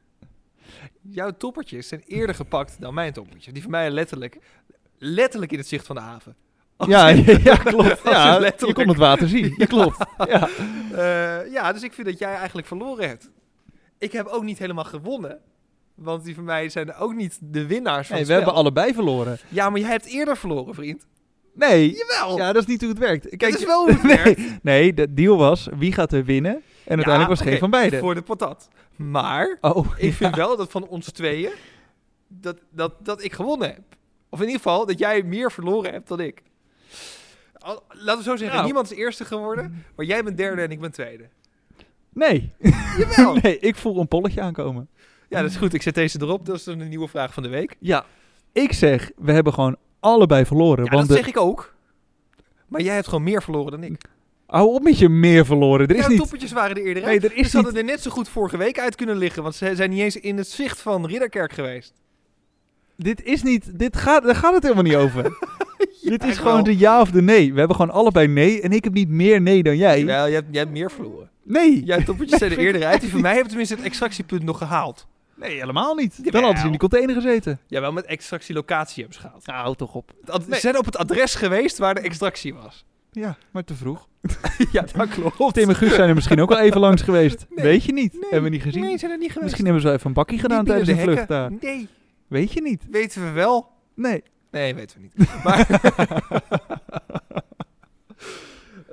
[SPEAKER 2] Jouw toppertjes zijn eerder gepakt dan mijn toppertjes. Die van mij letterlijk, letterlijk in het zicht van de haven. Als
[SPEAKER 1] Ja,
[SPEAKER 2] in-
[SPEAKER 1] ja, klopt.
[SPEAKER 2] als in
[SPEAKER 1] Ja, je
[SPEAKER 2] letterlijk.
[SPEAKER 1] kon het water zien. Dat klopt. Ja.
[SPEAKER 2] Uh, ja, dus ik vind dat jij eigenlijk verloren hebt. Ik heb ook niet helemaal gewonnen. Want die van mij zijn ook niet de winnaars van
[SPEAKER 1] Nee,
[SPEAKER 2] het
[SPEAKER 1] we
[SPEAKER 2] spel.
[SPEAKER 1] hebben allebei verloren.
[SPEAKER 2] Ja, maar jij hebt eerder verloren, vriend.
[SPEAKER 1] Nee.
[SPEAKER 2] Jawel.
[SPEAKER 1] Ja, dat is niet hoe het werkt. Kijk,
[SPEAKER 2] dat is wel hoe het werkt.
[SPEAKER 1] nee, nee, de deal was, wie gaat er winnen? En uiteindelijk
[SPEAKER 2] Ja,
[SPEAKER 1] was het
[SPEAKER 2] oké,
[SPEAKER 1] geen van beiden.
[SPEAKER 2] Voor de patat. Maar
[SPEAKER 1] Oh,
[SPEAKER 2] ik vind wel dat van ons tweeën, dat, dat, dat ik gewonnen heb. Of in ieder geval, dat jij meer verloren hebt dan ik. Al- Laten we zo zeggen,
[SPEAKER 1] Nou.
[SPEAKER 2] niemand is eerste geworden, maar jij bent derde en ik ben tweede.
[SPEAKER 1] nee.
[SPEAKER 2] Jawel.
[SPEAKER 1] Nee, ik voel een polletje aankomen.
[SPEAKER 2] Ja, dat is goed. Ik zet deze erop. Dat is dan een nieuwe vraag van de week.
[SPEAKER 1] Ja. Ik zeg, we hebben gewoon allebei verloren.
[SPEAKER 2] Ja,
[SPEAKER 1] want
[SPEAKER 2] dat
[SPEAKER 1] de...
[SPEAKER 2] zeg ik ook. Maar jij hebt gewoon meer verloren dan ik.
[SPEAKER 1] Hou op met je meer verloren. Er is
[SPEAKER 2] Ja,
[SPEAKER 1] niet...
[SPEAKER 2] toppertjes waren er eerder
[SPEAKER 1] Nee,
[SPEAKER 2] uit.
[SPEAKER 1] er is
[SPEAKER 2] Dus ze hadden er net zo goed vorige week uit kunnen liggen. Want ze zijn niet eens in het zicht van Ridderkerk geweest.
[SPEAKER 1] Dit is niet... Dit gaat, daar gaat het helemaal niet over. Dit is
[SPEAKER 2] echt
[SPEAKER 1] gewoon
[SPEAKER 2] wel.
[SPEAKER 1] de ja of de nee. We hebben gewoon allebei nee. En ik heb niet meer nee dan jij.
[SPEAKER 2] Wel, jij, hebt, jij hebt meer verloren.
[SPEAKER 1] Nee.
[SPEAKER 2] Jouw toppertjes zijn er
[SPEAKER 1] Nee,
[SPEAKER 2] eerder uit. Die van mij hebben tenminste het extractiepunt nog gehaald.
[SPEAKER 1] Nee, helemaal niet. Dan
[SPEAKER 2] Jawel.
[SPEAKER 1] hadden ze in die container gezeten.
[SPEAKER 2] Ja, wel met extractielocatie hebben ze gehaald.
[SPEAKER 1] Nou, hou toch op.
[SPEAKER 2] Het ad- Ze
[SPEAKER 1] Nee.
[SPEAKER 2] zijn op het adres geweest waar de extractie was.
[SPEAKER 1] Ja, maar te vroeg.
[SPEAKER 2] Ja, dat klopt.
[SPEAKER 1] Tim en Guus zijn er misschien ook wel even langs geweest.
[SPEAKER 2] Nee.
[SPEAKER 1] Weet je niet.
[SPEAKER 2] Nee.
[SPEAKER 1] Hebben we niet gezien.
[SPEAKER 2] Nee, zijn er niet geweest.
[SPEAKER 1] Misschien hebben ze wel even een bakkie gedaan
[SPEAKER 2] Niet
[SPEAKER 1] tijdens een
[SPEAKER 2] binnen de
[SPEAKER 1] vlucht daar.
[SPEAKER 2] hekken. Nee,
[SPEAKER 1] Weet je niet.
[SPEAKER 2] weten we wel.
[SPEAKER 1] Nee.
[SPEAKER 2] Nee, weten we niet. Maar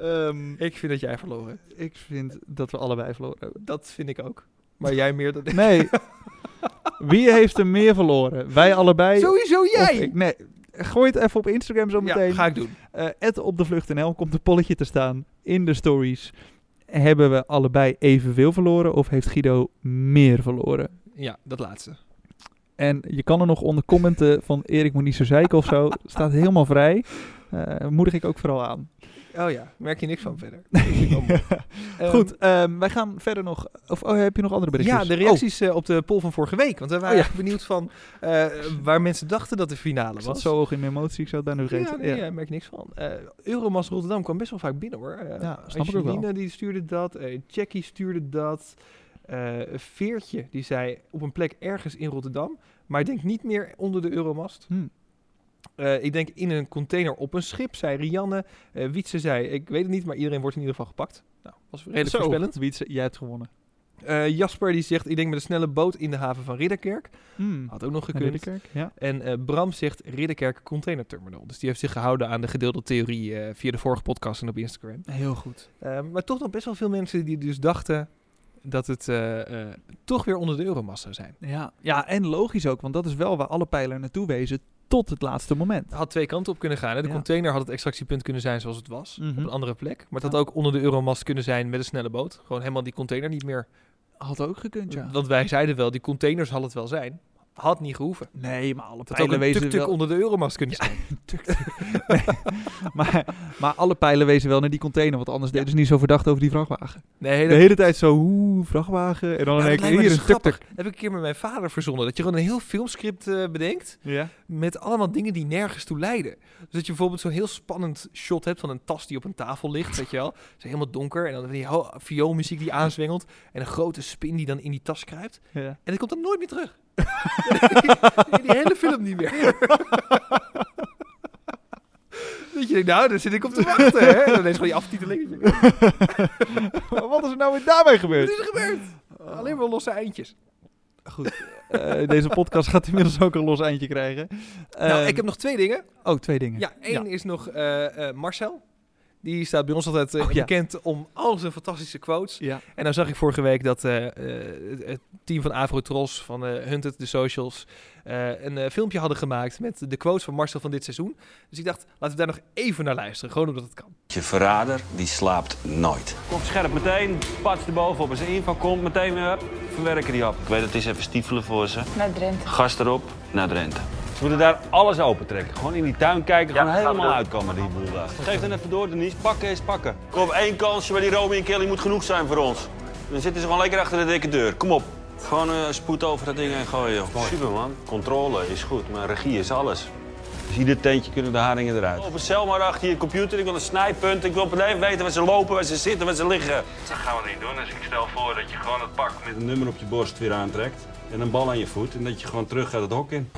[SPEAKER 1] Ehm,
[SPEAKER 2] Ik vind dat jij verloren hebt.
[SPEAKER 1] ik vind dat we allebei verloren hebben.
[SPEAKER 2] Dat vind ik ook. Maar jij meer dan ik.
[SPEAKER 1] Nee. Wie heeft er meer verloren? Wij allebei?
[SPEAKER 2] Sowieso
[SPEAKER 1] of
[SPEAKER 2] jij!
[SPEAKER 1] ik? Nee. Gooi het even op Instagram zo meteen.
[SPEAKER 2] Ja, ga ik doen.
[SPEAKER 1] Eh, at op de vlucht N L komt een polletje te staan in de stories. Hebben we allebei evenveel verloren of heeft Guido meer verloren?
[SPEAKER 2] Ja, dat laatste.
[SPEAKER 1] En je kan er nog onder commenten van Erik moet niet zo zeiken of zo. Staat helemaal vrij. Uh, moedig ik ook vooral aan.
[SPEAKER 2] Oh ja, merk je niks van verder. Dat vind ik wel mooi. Ehm,
[SPEAKER 1] Goed, um, wij gaan verder nog... Of oh, heb je nog andere berichtjes?
[SPEAKER 2] Ja, de reacties uh, op de poll van vorige week. Want we waren
[SPEAKER 1] Oh, ja.
[SPEAKER 2] echt benieuwd van uh, waar mensen dachten dat de finale
[SPEAKER 1] Ik
[SPEAKER 2] was.
[SPEAKER 1] zat zo hoog in mijn emotie, ik zou het bijna vergeten.
[SPEAKER 2] Ja, nee,
[SPEAKER 1] Ja.
[SPEAKER 2] ja, merk je niks van. Uh, Euromast Rotterdam kwam best wel vaak binnen hoor. Uh,
[SPEAKER 1] Ja, snap ik ook
[SPEAKER 2] Angelina,
[SPEAKER 1] wel.
[SPEAKER 2] die stuurde dat. Uh, Jackie stuurde dat. Uh, Veertje die zei op een plek ergens in Rotterdam. Maar ik denk niet meer onder de Euromast.
[SPEAKER 1] Hm.
[SPEAKER 2] Uh, ik denk in een container op een schip, zei Rianne. Uh, Wietse zei, ik weet het niet, maar iedereen wordt in ieder geval gepakt. Nou, was redelijk
[SPEAKER 1] Zo,
[SPEAKER 2] voorspellend.
[SPEAKER 1] Wietse, jij hebt gewonnen.
[SPEAKER 2] Uh, Jasper die zegt, ik denk met een snelle boot in de haven van Ridderkerk.
[SPEAKER 1] Hm.
[SPEAKER 2] Had ook nog
[SPEAKER 1] En
[SPEAKER 2] gekund.
[SPEAKER 1] Ridderkerk, ja.
[SPEAKER 2] En uh, Bram zegt Ridderkerk Container Terminal. Dus die heeft zich gehouden aan de gedeelde theorie uh, via de vorige podcast en op Instagram.
[SPEAKER 1] Heel goed.
[SPEAKER 2] Uh, maar toch nog best wel veel mensen die dus dachten dat het uh, uh, toch weer onder de Euromast zou zijn.
[SPEAKER 1] Ja. ja, en logisch ook, want dat is wel waar alle pijlen naartoe wezen tot het laatste moment.
[SPEAKER 2] Het had twee kanten op kunnen gaan. Hè? De
[SPEAKER 1] Ja.
[SPEAKER 2] container had het extractiepunt kunnen zijn zoals het was,
[SPEAKER 1] Mhm.
[SPEAKER 2] op een andere plek. Maar het
[SPEAKER 1] Ja.
[SPEAKER 2] had ook onder de Euromast kunnen zijn met een snelle boot. Gewoon helemaal die container niet meer.
[SPEAKER 1] Had ook gekund, ja.
[SPEAKER 2] Want wij zeiden wel, die containers had het wel zijn. Had niet gehoeven.
[SPEAKER 1] Nee, maar alle
[SPEAKER 2] Het had ook
[SPEAKER 1] pijlen
[SPEAKER 2] een
[SPEAKER 1] wezen
[SPEAKER 2] tuk-tuk
[SPEAKER 1] wel...
[SPEAKER 2] onder de Euromast kunnen zijn.
[SPEAKER 1] nee, maar, maar alle pijlen wezen wel naar die container, want anders
[SPEAKER 2] Ja.
[SPEAKER 1] deden ze niet zo verdacht over die vrachtwagen.
[SPEAKER 2] Nee,
[SPEAKER 1] De hele tijd zo, oeh, vrachtwagen. En dan
[SPEAKER 2] Ja,
[SPEAKER 1] denk
[SPEAKER 2] dat
[SPEAKER 1] ik,
[SPEAKER 2] lijkt me
[SPEAKER 1] hier
[SPEAKER 2] dus
[SPEAKER 1] een tuk-tuk.
[SPEAKER 2] grappig. Heb ik een keer met mijn vader verzonnen. Dat je gewoon een heel filmscript uh, bedenkt.
[SPEAKER 1] Ja.
[SPEAKER 2] Met allemaal dingen die nergens toe leiden. Dus dat je bijvoorbeeld zo'n heel spannend shot hebt van een tas die op een tafel ligt. Weet je wel. Het is helemaal donker. En dan die ho- vioolmuziek die aanzwengelt. En een grote spin die dan in die tas kruipt.
[SPEAKER 1] Ja.
[SPEAKER 2] En die komt dan nooit meer terug. die, die hele film niet meer. Dat je denkt, nou, daar zit ik op te wachten. Hè? En dan ineens gewoon die aftitelingetje.
[SPEAKER 1] Wat is er nou weer daarbij
[SPEAKER 2] Wat
[SPEAKER 1] gebeurd?
[SPEAKER 2] is er gebeurd? Alleen maar losse eindjes.
[SPEAKER 1] Goed, uh, deze podcast gaat inmiddels ook een los eindje krijgen.
[SPEAKER 2] nou,
[SPEAKER 1] Ehm,
[SPEAKER 2] ik heb nog twee dingen.
[SPEAKER 1] Oh, twee dingen.
[SPEAKER 2] Ja, één is nog uh, uh, Marcel. Die staat bij ons altijd uh,
[SPEAKER 1] Oh, ja.
[SPEAKER 2] bekend om al zijn fantastische quotes.
[SPEAKER 1] Ja.
[SPEAKER 2] En dan zag ik vorige week dat uh, uh, het team van Avrotros, van uh, Hunted, de socials, uh, een uh, filmpje hadden gemaakt met de quotes van Marcel van dit seizoen. Dus ik dacht, laten we daar nog even naar luisteren. Gewoon omdat het kan.
[SPEAKER 5] Je verrader, die slaapt nooit.
[SPEAKER 6] Komt scherp meteen, pats erbovenop. Als er inval komt, meteen weer verwerken die op.
[SPEAKER 5] Ik weet het is even stiefelen voor ze.
[SPEAKER 7] Naar Drenthe.
[SPEAKER 5] Gas erop, naar Drenthe.
[SPEAKER 6] Ze moeten daar alles opentrekken. Gewoon in die tuin kijken, gewoon helemaal uitkomen die boel daar. Geef dan even door, Denise. Pakken is pakken.
[SPEAKER 5] Kom, één kansje bij die Romy en Kelly moet genoeg zijn voor ons. Dan zitten ze gewoon lekker achter de dikke deur. Kom op. Gewoon uh, spoed over dat ding heen gooien, joh. Super, man. Controle is goed, maar regie is alles.
[SPEAKER 6] Dus ieder tentje kunnen de haringen eruit.
[SPEAKER 5] Lopen zelf maar achter je computer. Ik wil een snijpunt. Ik wil op het leven weten waar ze lopen, waar ze zitten, waar ze liggen.
[SPEAKER 8] Dat gaan we niet doen. Dus ik stel voor dat je gewoon het pak met...
[SPEAKER 6] Een nummer op je borst weer aantrekt. En een bal aan je voet. En dat je gewoon terug gaat het hok in.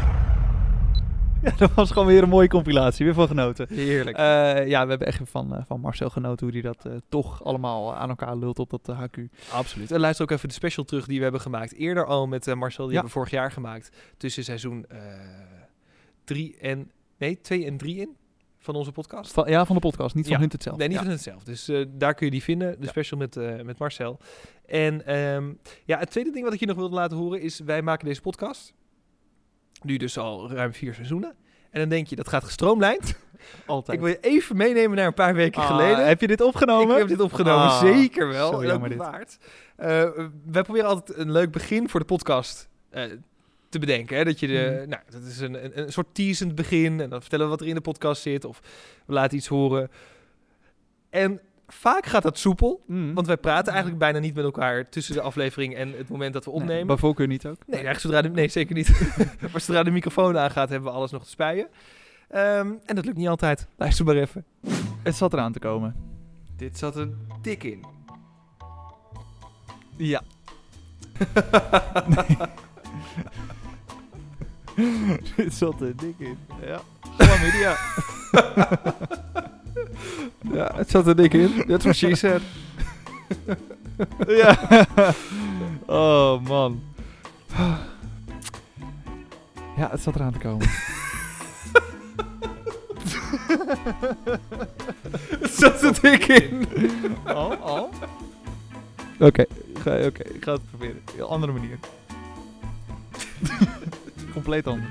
[SPEAKER 1] Ja, dat was gewoon weer een mooie compilatie. Weer van genoten.
[SPEAKER 2] Heerlijk.
[SPEAKER 1] Uh, ja, we hebben echt van, uh, van Marcel genoten hoe hij dat uh, toch allemaal aan elkaar lult op dat uh, H Q.
[SPEAKER 2] Absoluut. En luister ook even de special terug die we hebben gemaakt. Eerder al met uh, Marcel, die
[SPEAKER 1] Ja.
[SPEAKER 2] hebben we vorig jaar gemaakt. Tussen seizoen uh, drie en... Nee, twee en drie in van onze podcast.
[SPEAKER 1] Van, ja, van de podcast, niet van
[SPEAKER 2] Ja.
[SPEAKER 1] Hunt zelf.
[SPEAKER 2] Nee, niet
[SPEAKER 1] ja.
[SPEAKER 2] van het zelf. Dus uh, daar kun je die vinden. De
[SPEAKER 1] Ja.
[SPEAKER 2] special met, uh, met Marcel. En um, ja, het tweede ding wat ik je nog wilde laten horen is... Wij maken deze podcast. Nu dus al ruim vier seizoenen. En dan denk je, dat gaat gestroomlijnd.
[SPEAKER 1] Altijd.
[SPEAKER 2] Ik wil je even meenemen naar een paar weken
[SPEAKER 1] Ah,
[SPEAKER 2] geleden.
[SPEAKER 1] Heb je dit opgenomen?
[SPEAKER 2] Ik heb dit opgenomen,
[SPEAKER 1] Ah,
[SPEAKER 2] zeker wel.
[SPEAKER 1] zo
[SPEAKER 2] En ook
[SPEAKER 1] jammer dit.
[SPEAKER 2] bewaard. Uh, wij proberen altijd een leuk begin voor de podcast uh, te bedenken. Hè? Dat je de,
[SPEAKER 1] Mm.
[SPEAKER 2] nou, dat is een, een, een soort teasend begin. En dan vertellen we wat er in de podcast zit. Of we laten iets horen. En vaak gaat dat soepel.
[SPEAKER 1] Mm.
[SPEAKER 2] Want wij praten eigenlijk bijna niet met elkaar tussen de aflevering en het moment dat we opnemen.
[SPEAKER 1] Nee, bij voorkeur niet ook.
[SPEAKER 2] Nee, eigenlijk zodra de, nee, zeker niet. Maar zodra de microfoon aangaat, hebben we alles nog te spuien. Um, en dat lukt niet altijd. Luister maar even.
[SPEAKER 1] Het zat eraan te komen.
[SPEAKER 2] Dit zat er dik in.
[SPEAKER 1] Ja. Dit zat er dik in. Ja. Chlamydia.
[SPEAKER 2] Ja, het zat er dik in. That's what she said.
[SPEAKER 1] Ja. Oh, man. Ja, het zat eraan te komen.
[SPEAKER 2] Het zat er dik in.
[SPEAKER 1] Al? Al? Oké, ga- oké, ik ga het proberen. Een andere manier. Compleet anders.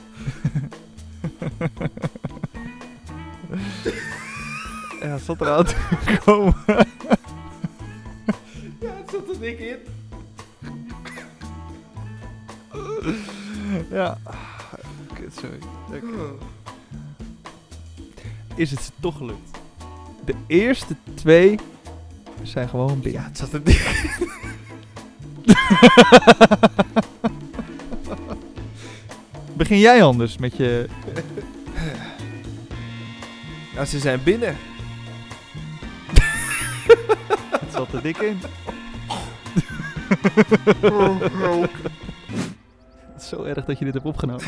[SPEAKER 1] Ja, het zat eraan te komen.
[SPEAKER 2] Ja, het zat er dik in.
[SPEAKER 1] Ja. Kut, sorry. Oké. Is het ze toch gelukt? De eerste twee zijn gewoon binnen.
[SPEAKER 2] Ja, het zat er dik in.
[SPEAKER 1] Begin jij anders met je...
[SPEAKER 2] Nou, ze zijn binnen.
[SPEAKER 1] Het zat er dik in. Het is zo erg dat je dit hebt opgenomen.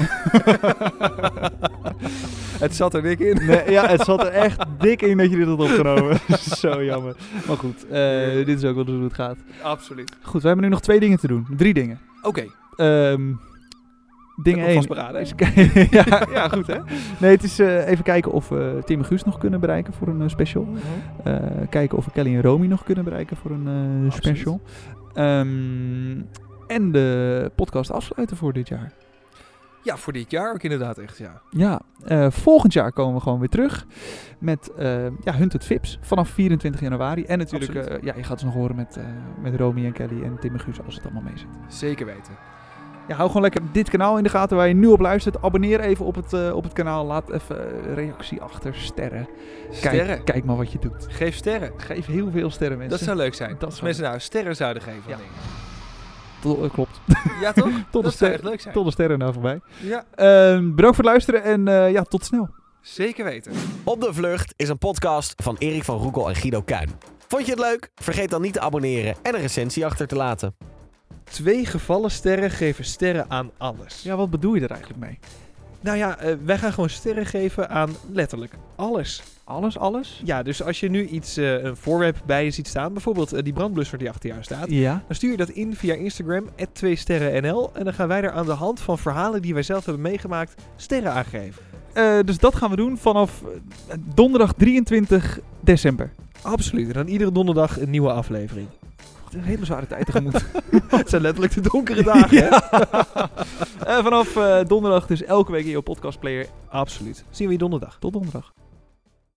[SPEAKER 2] Het zat er dik in.
[SPEAKER 1] Nee, ja, het zat er echt dik in dat je dit had opgenomen. Zo jammer. Maar goed, eh, dit is ook wel hoe het gaat.
[SPEAKER 2] Absoluut.
[SPEAKER 1] Goed, we hebben nu nog twee dingen te doen. Drie dingen.
[SPEAKER 2] Oké.
[SPEAKER 1] Ehm ding
[SPEAKER 2] Heb ik
[SPEAKER 1] één.
[SPEAKER 2] vastberaden,
[SPEAKER 1] is ki- ja, ja, goed hè. Nee, het is eh, even kijken of we Tim en Guus nog kunnen bereiken voor een eh, special. Eh, kijken of we Kelly en Romy nog kunnen bereiken voor een eh,
[SPEAKER 2] Absoluut.
[SPEAKER 1] special. Ehm, en de podcast afsluiten voor dit jaar.
[SPEAKER 2] Ja, voor dit jaar ook inderdaad echt, ja.
[SPEAKER 1] Ja, eh, volgend jaar komen we gewoon weer terug met uh, ja, Hunted Vips vanaf vierentwintig januari. En natuurlijk, uh, ja, je gaat het nog horen met, uh, met Romy en Kelly en Tim en Guus als het allemaal mee zit.
[SPEAKER 2] Zeker weten.
[SPEAKER 1] Ja, hou gewoon lekker dit kanaal in de gaten waar je nu op luistert. Abonneer even op het, uh, op het kanaal. Laat even uh, reactie achter. Sterren.
[SPEAKER 2] Sterren.
[SPEAKER 1] Kijk, kijk maar wat je doet.
[SPEAKER 2] Geef sterren.
[SPEAKER 1] Geef heel veel sterren, mensen.
[SPEAKER 2] Dat zou leuk zijn.
[SPEAKER 1] Dat
[SPEAKER 2] Als
[SPEAKER 1] zou
[SPEAKER 2] mensen nou sterren zouden geven.
[SPEAKER 1] Ja.
[SPEAKER 2] Aan dingen.
[SPEAKER 1] Tot, uh, klopt.
[SPEAKER 2] Ja, toch?
[SPEAKER 1] tot,
[SPEAKER 2] dat
[SPEAKER 1] de
[SPEAKER 2] zou echt leuk zijn.
[SPEAKER 1] tot de sterren nou voorbij.
[SPEAKER 2] Ja.
[SPEAKER 1] Uh, bedankt voor het luisteren en uh, ja, tot snel.
[SPEAKER 2] Zeker weten.
[SPEAKER 7] Op de Vlucht is een podcast van Erik van Roekel en Guido Kuin. Vond je het leuk? Vergeet dan niet te abonneren en een recensie achter te laten.
[SPEAKER 2] Twee gevallen sterren geven sterren aan alles.
[SPEAKER 1] Ja, wat bedoel je er eigenlijk mee?
[SPEAKER 2] Nou ja, uh, wij gaan gewoon sterren geven aan letterlijk alles.
[SPEAKER 1] Alles, alles?
[SPEAKER 2] Ja, dus als je nu iets, uh, een voorwerp bij je ziet staan, bijvoorbeeld uh, die brandblusser die achter jou staat,
[SPEAKER 1] Ja.
[SPEAKER 2] dan stuur je dat in via Instagram, at twee sterren n l, en dan gaan wij er aan de hand van verhalen die wij zelf hebben meegemaakt, sterren aangeven.
[SPEAKER 1] Uh, dus dat gaan we doen vanaf uh, donderdag drieëntwintig december.
[SPEAKER 2] Absoluut, en dan iedere donderdag een nieuwe aflevering.
[SPEAKER 1] Een hele zware tijd tegemoet.
[SPEAKER 2] Het zijn letterlijk de donkere dagen, hè?
[SPEAKER 1] uh, vanaf uh, donderdag dus elke week in je podcastplayer.
[SPEAKER 2] Absoluut. Zien we je donderdag.
[SPEAKER 1] Tot donderdag.